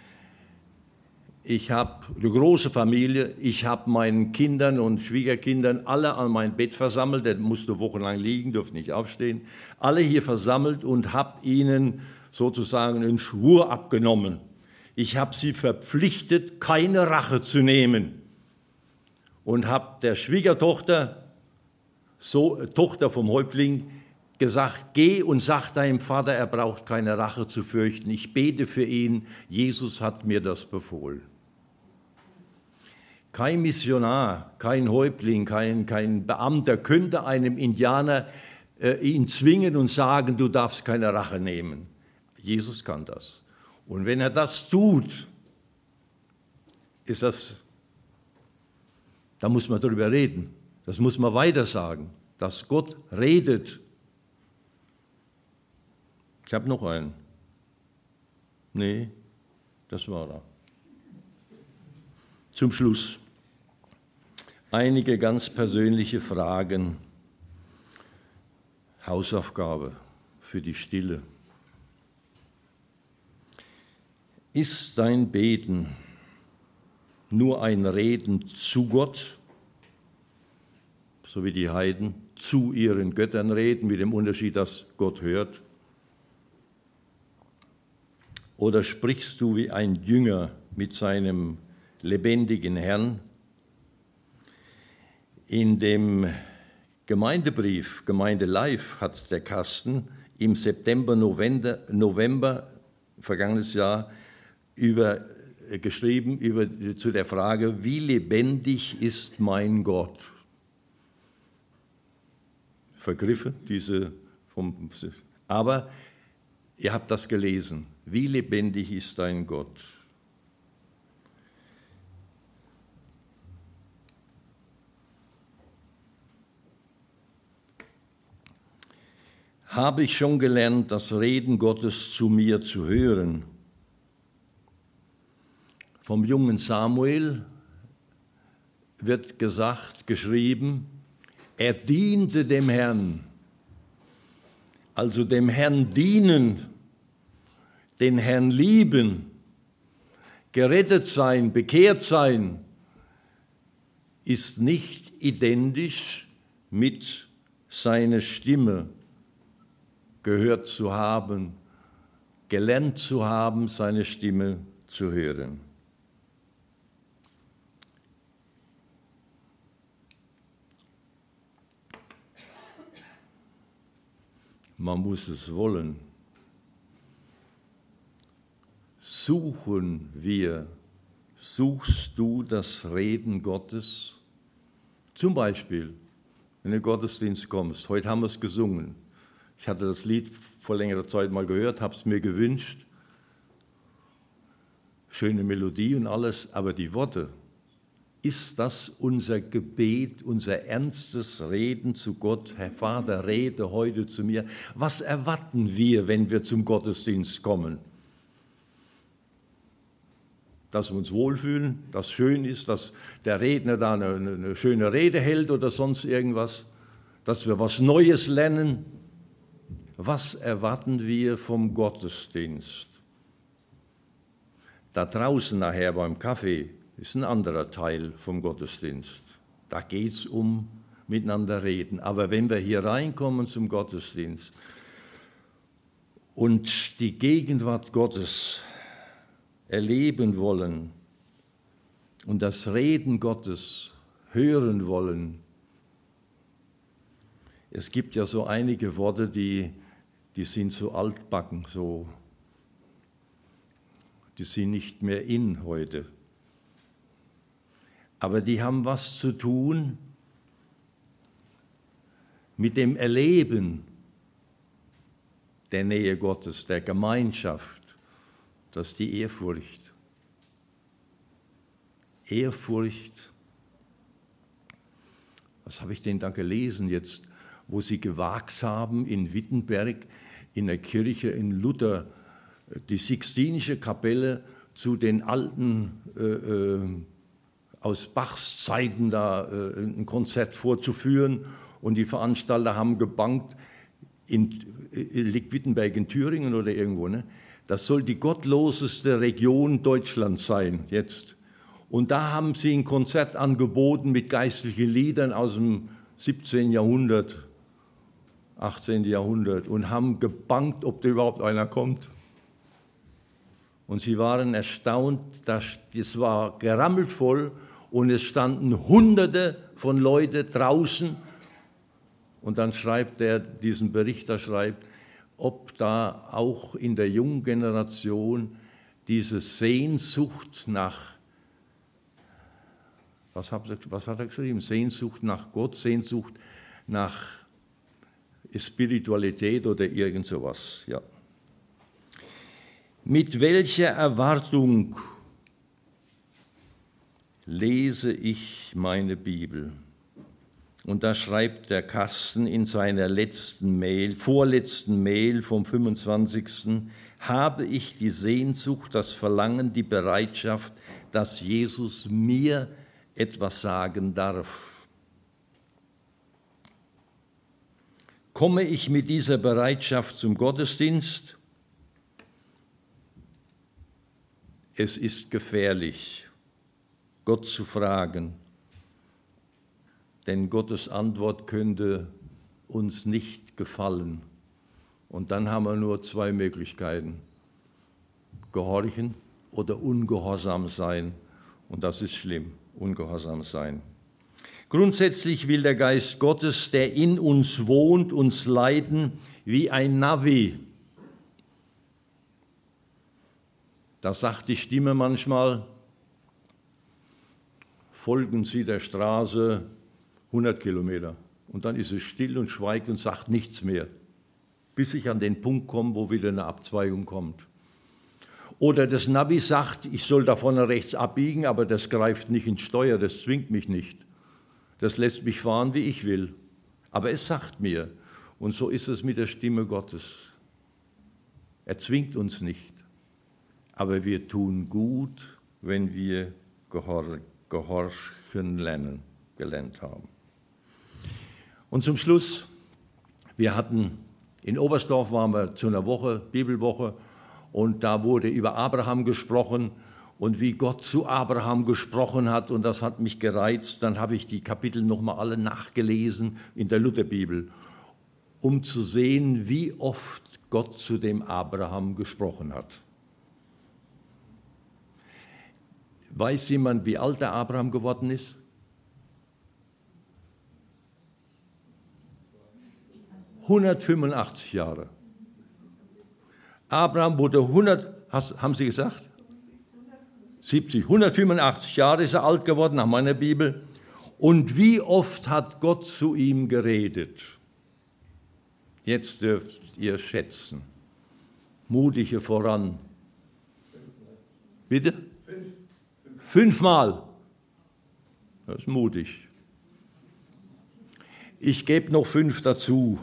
ich habe eine große Familie, ich habe meinen Kindern und Schwiegerkindern alle an mein Bett versammelt, der musste wochenlang liegen, durfte nicht aufstehen, alle hier versammelt und habe ihnen sozusagen einen Schwur abgenommen. Ich habe sie verpflichtet, keine Rache zu nehmen und habe der Schwiegertochter, Tochter vom Häuptling, gesagt, geh und sag deinem Vater, er braucht keine Rache zu fürchten. Ich bete für ihn, Jesus hat mir das befohlen. Kein Missionar, kein Häuptling, kein Beamter könnte einem Indianer ihn zwingen und sagen, du darfst keine Rache nehmen. Jesus kann das. Und wenn er das tut, da muss man darüber reden. Das muss man weiter sagen, dass Gott redet. Ich habe noch einen. Nee, das war er. Zum Schluss einige ganz persönliche Fragen. Hausaufgabe für die Stille. Ist dein Beten nur ein Reden zu Gott, so wie die Heiden zu ihren Göttern reden, mit dem Unterschied, dass Gott hört? Oder sprichst du wie ein Jünger mit seinem lebendigen Herrn, in dem Gemeindebrief, Gemeinde Live, hat der Carsten im September, November vergangenes Jahr geschrieben zu der Frage, wie lebendig ist mein Gott? Vergriffe, aber ihr habt das gelesen. Wie lebendig ist dein Gott? Habe ich schon gelernt, das Reden Gottes zu mir zu hören? Vom jungen Samuel wird geschrieben, er diente dem Herrn. Also dem Herrn dienen, den Herrn lieben, gerettet sein, bekehrt sein, ist nicht identisch mit seiner Stimme gehört zu haben, gelernt zu haben, seine Stimme zu hören. Man muss es wollen. Suchst du das Reden Gottes? Zum Beispiel, wenn du in den Gottesdienst kommst. Heute haben wir es gesungen. Ich hatte das Lied vor längerer Zeit mal gehört, habe es mir gewünscht. Schöne Melodie und alles, aber die Worte. Ist das unser Gebet, unser ernstes Reden zu Gott? Herr Vater, rede heute zu mir. Was erwarten wir, wenn wir zum Gottesdienst kommen? Dass wir uns wohlfühlen, dass schön ist, dass der Redner da eine schöne Rede hält oder sonst irgendwas, dass wir was Neues lernen. Was erwarten wir vom Gottesdienst? Da draußen nachher beim Kaffee ist ein anderer Teil vom Gottesdienst. Da geht es um miteinander reden. Aber wenn wir hier reinkommen zum Gottesdienst und die Gegenwart Gottes erleben wollen und das Reden Gottes hören wollen, es gibt ja so einige Worte, die sind so altbacken, die sind nicht mehr in heute. Aber die haben was zu tun mit dem Erleben der Nähe Gottes, der Gemeinschaft. Das ist die Ehrfurcht. Ehrfurcht. Was habe ich denn da gelesen jetzt, wo sie gewagt haben, in Wittenberg, in der Kirche in Luther, die Sixtinische Kapelle zu den alten aus Bachs Zeiten da ein Konzert vorzuführen. Und die Veranstalter haben gebankt, liegt Wittenberg in Thüringen oder irgendwo, ne? Das soll die gottloseste Region Deutschlands sein jetzt. Und da haben sie ein Konzert angeboten mit geistlichen Liedern aus dem 17. Jahrhundert, 18. Jahrhundert und haben gebankt, ob da überhaupt einer kommt. Und sie waren erstaunt, das war gerammelt voll und es standen Hunderte von Leuten draußen. Und dann schreibt diesen Berichter schreibt, ob da auch in der jungen Generation diese Sehnsucht nach, was hat er geschrieben? Sehnsucht nach Gott, Sehnsucht nach Spiritualität oder irgend sowas, ja. Mit welcher Erwartung lese ich meine Bibel? Und da schreibt der Carsten in seiner vorletzten Mail vom 25. Habe ich die Sehnsucht, das Verlangen, die Bereitschaft, dass Jesus mir etwas sagen darf. Komme ich mit dieser Bereitschaft zum Gottesdienst? Es ist gefährlich, Gott zu fragen, denn Gottes Antwort könnte uns nicht gefallen. Und dann haben wir nur zwei Möglichkeiten, gehorchen oder ungehorsam sein. Und das ist schlimm, ungehorsam sein. Grundsätzlich will der Geist Gottes, der in uns wohnt, uns leiten wie ein Navi. Da sagt die Stimme manchmal, folgen Sie der Straße 100 Kilometer. Und dann ist es still und schweigt und sagt nichts mehr, bis ich an den Punkt komme, wo wieder eine Abzweigung kommt. Oder das Navi sagt, ich soll da vorne rechts abbiegen, aber das greift nicht ins Steuer, das zwingt mich nicht. Das lässt mich fahren, wie ich will. Aber es sagt mir. Und so ist es mit der Stimme Gottes. Er zwingt uns nicht. Aber wir tun gut, wenn wir gehorchen gelernt haben. Und zum Schluss, in Oberstdorf waren wir zu einer Woche, Bibelwoche, und da wurde über Abraham gesprochen und wie Gott zu Abraham gesprochen hat, und das hat mich gereizt. Dann habe ich die Kapitel nochmal alle nachgelesen in der Lutherbibel, um zu sehen, wie oft Gott zu dem Abraham gesprochen hat. Weiß jemand, wie alt der Abraham geworden ist? 185 Jahre. Abraham wurde 185 Jahre ist er alt geworden nach meiner Bibel. Und wie oft hat Gott zu ihm geredet? Jetzt dürft ihr schätzen. Mutige voran. Bitte? 5-mal. Das ist mutig. Ich gebe noch 5 dazu.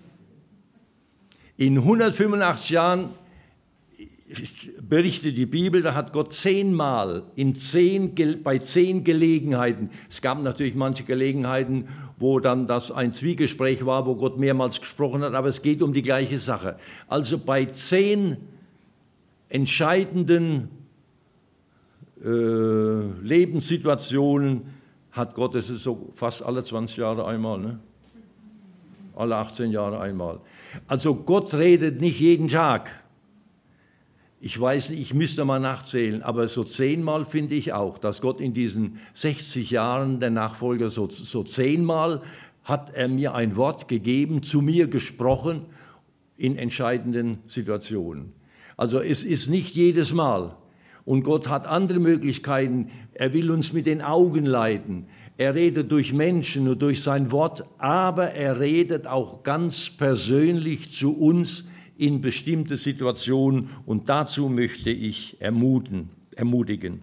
In 185 Jahren berichtet die Bibel, da hat Gott 10-mal bei 10 Gelegenheiten, es gab natürlich manche Gelegenheiten, wo dann das ein Zwiegespräch war, wo Gott mehrmals gesprochen hat, aber es geht um die gleiche Sache. Also bei 10 entscheidenden Lebenssituationen hat Gott, das ist so fast alle 20 Jahre einmal, ne? Alle 18 Jahre einmal. Also Gott redet nicht jeden Tag. Ich weiß nicht, ich müsste mal nachzählen, aber so 10-mal finde ich auch, dass Gott in diesen 60 Jahren der Nachfolger so 10-mal hat er mir ein Wort gegeben, zu mir gesprochen in entscheidenden Situationen. Also es ist nicht jedes Mal. Und Gott hat andere Möglichkeiten. Er will uns mit den Augen leiten. Er redet durch Menschen und durch sein Wort, aber er redet auch ganz persönlich zu uns in bestimmte Situationen. Und dazu möchte ich ermutigen.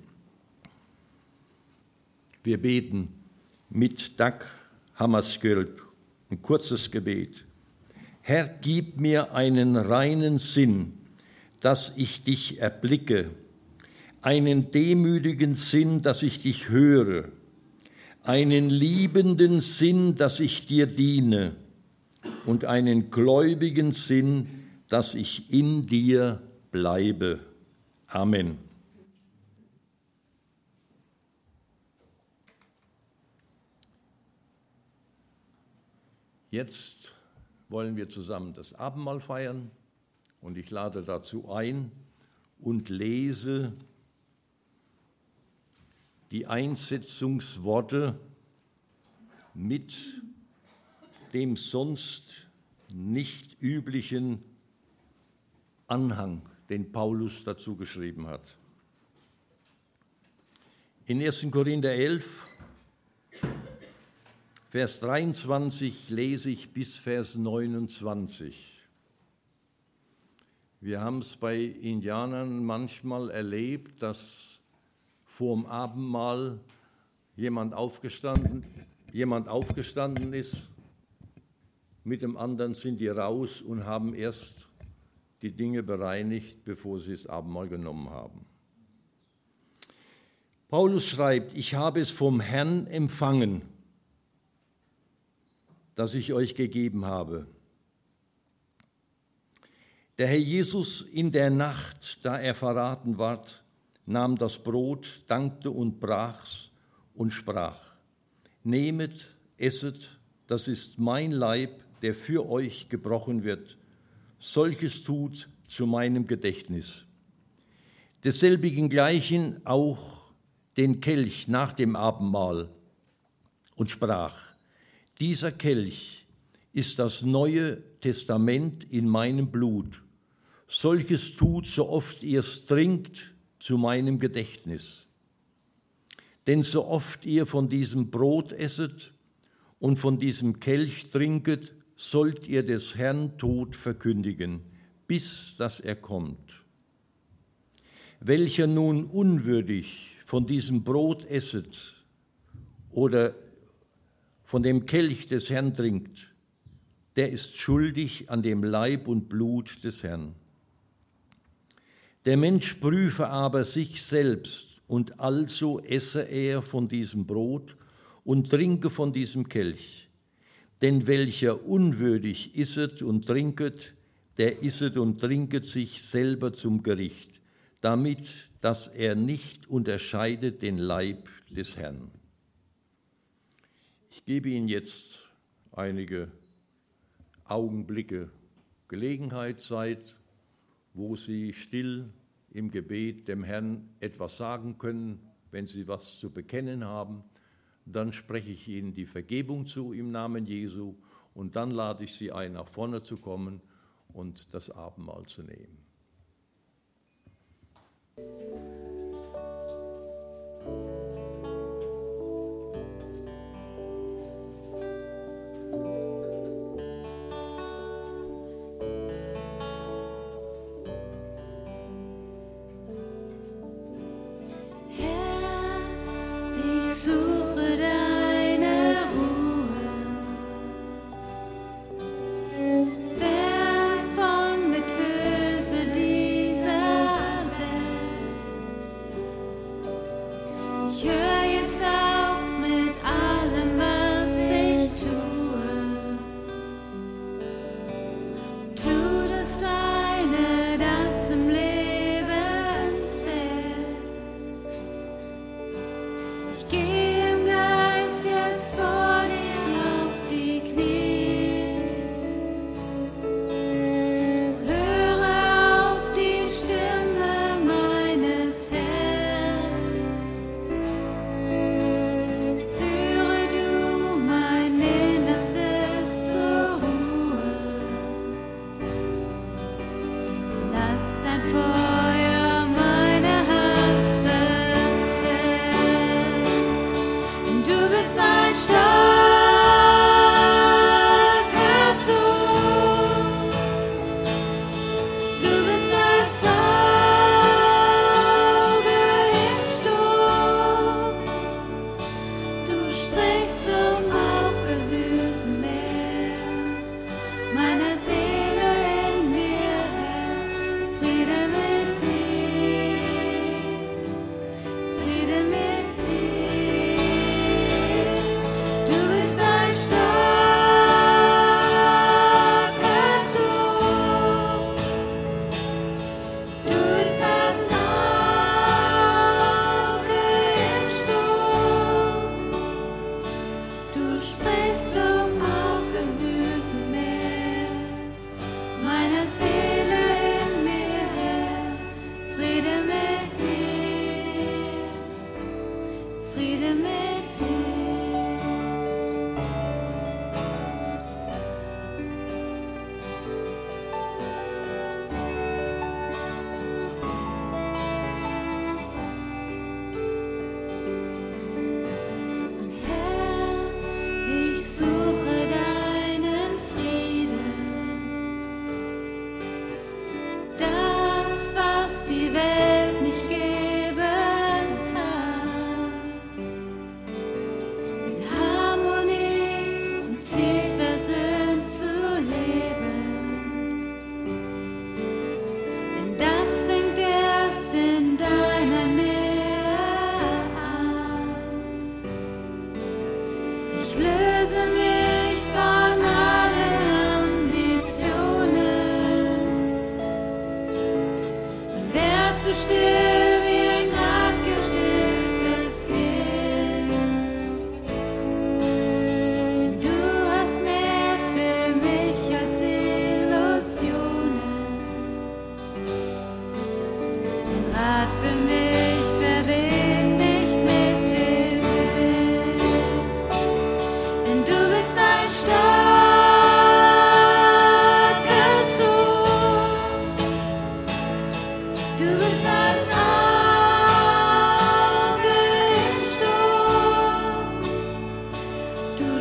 Wir beten mit Dag Hammarskjöld, ein kurzes Gebet. Herr, gib mir einen reinen Sinn, dass ich dich erblicke, einen demütigen Sinn, dass ich dich höre, einen liebenden Sinn, dass ich dir diene und einen gläubigen Sinn, dass ich in dir bleibe. Amen. Jetzt wollen wir zusammen das Abendmahl feiern und ich lade dazu ein und lese die Einsetzungsworte mit dem sonst nicht üblichen Anhang, den Paulus dazu geschrieben hat. In 1. Korinther 11, Vers 23 lese ich bis Vers 29. Wir haben es bei Indianern manchmal erlebt, dass vorm Abendmahl jemand aufgestanden ist, mit dem anderen sind die raus und haben erst die Dinge bereinigt, bevor sie das Abendmahl genommen haben. Paulus schreibt, ich habe es vom Herrn empfangen, das ich euch gegeben habe. Der Herr Jesus in der Nacht, da er verraten ward, nahm das Brot, dankte und brach's und sprach, nehmet, esset, das ist mein Leib, der für euch gebrochen wird. Solches tut zu meinem Gedächtnis. Desselbigen gleichen auch den Kelch nach dem Abendmahl. und sprach: Dieser Kelch ist das neue Testament in meinem Blut. Solches tut, so oft ihr es trinkt, zu meinem Gedächtnis. Denn so oft ihr von diesem Brot esset und von diesem Kelch trinket, sollt ihr des Herrn Tod verkündigen, bis dass er kommt. Welcher nun unwürdig von diesem Brot esset oder von dem Kelch des Herrn trinkt, der ist schuldig an dem Leib und Blut des Herrn. Der Mensch prüfe aber sich selbst, und also esse er von diesem Brot und trinke von diesem Kelch. Denn welcher unwürdig isset und trinket, der isset und trinket sich selber zum Gericht, damit, dass er nicht unterscheidet den Leib des Herrn. Ich gebe Ihnen jetzt einige Augenblicke Gelegenheit, Zeit, wo Sie still im Gebet dem Herrn etwas sagen können, wenn Sie was zu bekennen haben. Dann spreche ich Ihnen die Vergebung zu im Namen Jesu und dann lade ich Sie ein, nach vorne zu kommen und das Abendmahl zu nehmen.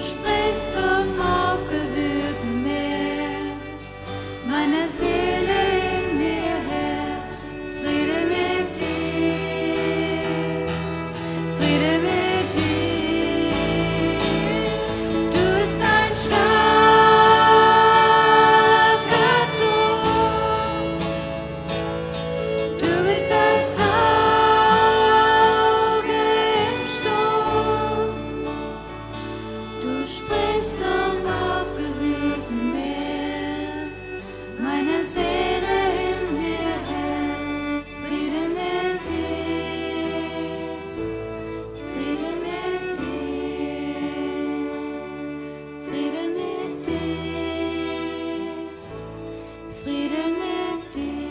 sprichst zum aufgewühlten Meer, meine Seele in mir, Herr, Friede mit dir, Friede mit dir. Du bist ein starker Turm, du bist das Auge im Sturm, du sprichst zum aufgewühlten Meer, meine Seele in mir, Herr, Friede mit dir, Friede mit dir, Friede mit dir, Friede mit dir.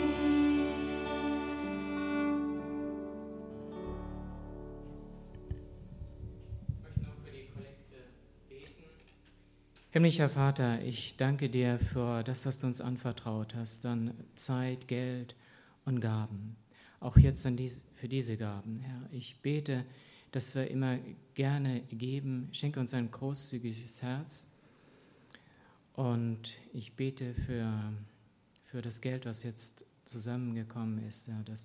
Himmlischer Vater, ich danke dir für das, was du uns anvertraut hast, an Zeit, Geld und Gaben. Auch jetzt für diese Gaben, Herr. Ich bete, dass wir immer gerne geben. Schenke uns ein großzügiges Herz. Und ich bete für das Geld, was jetzt zusammengekommen ist, ja, dass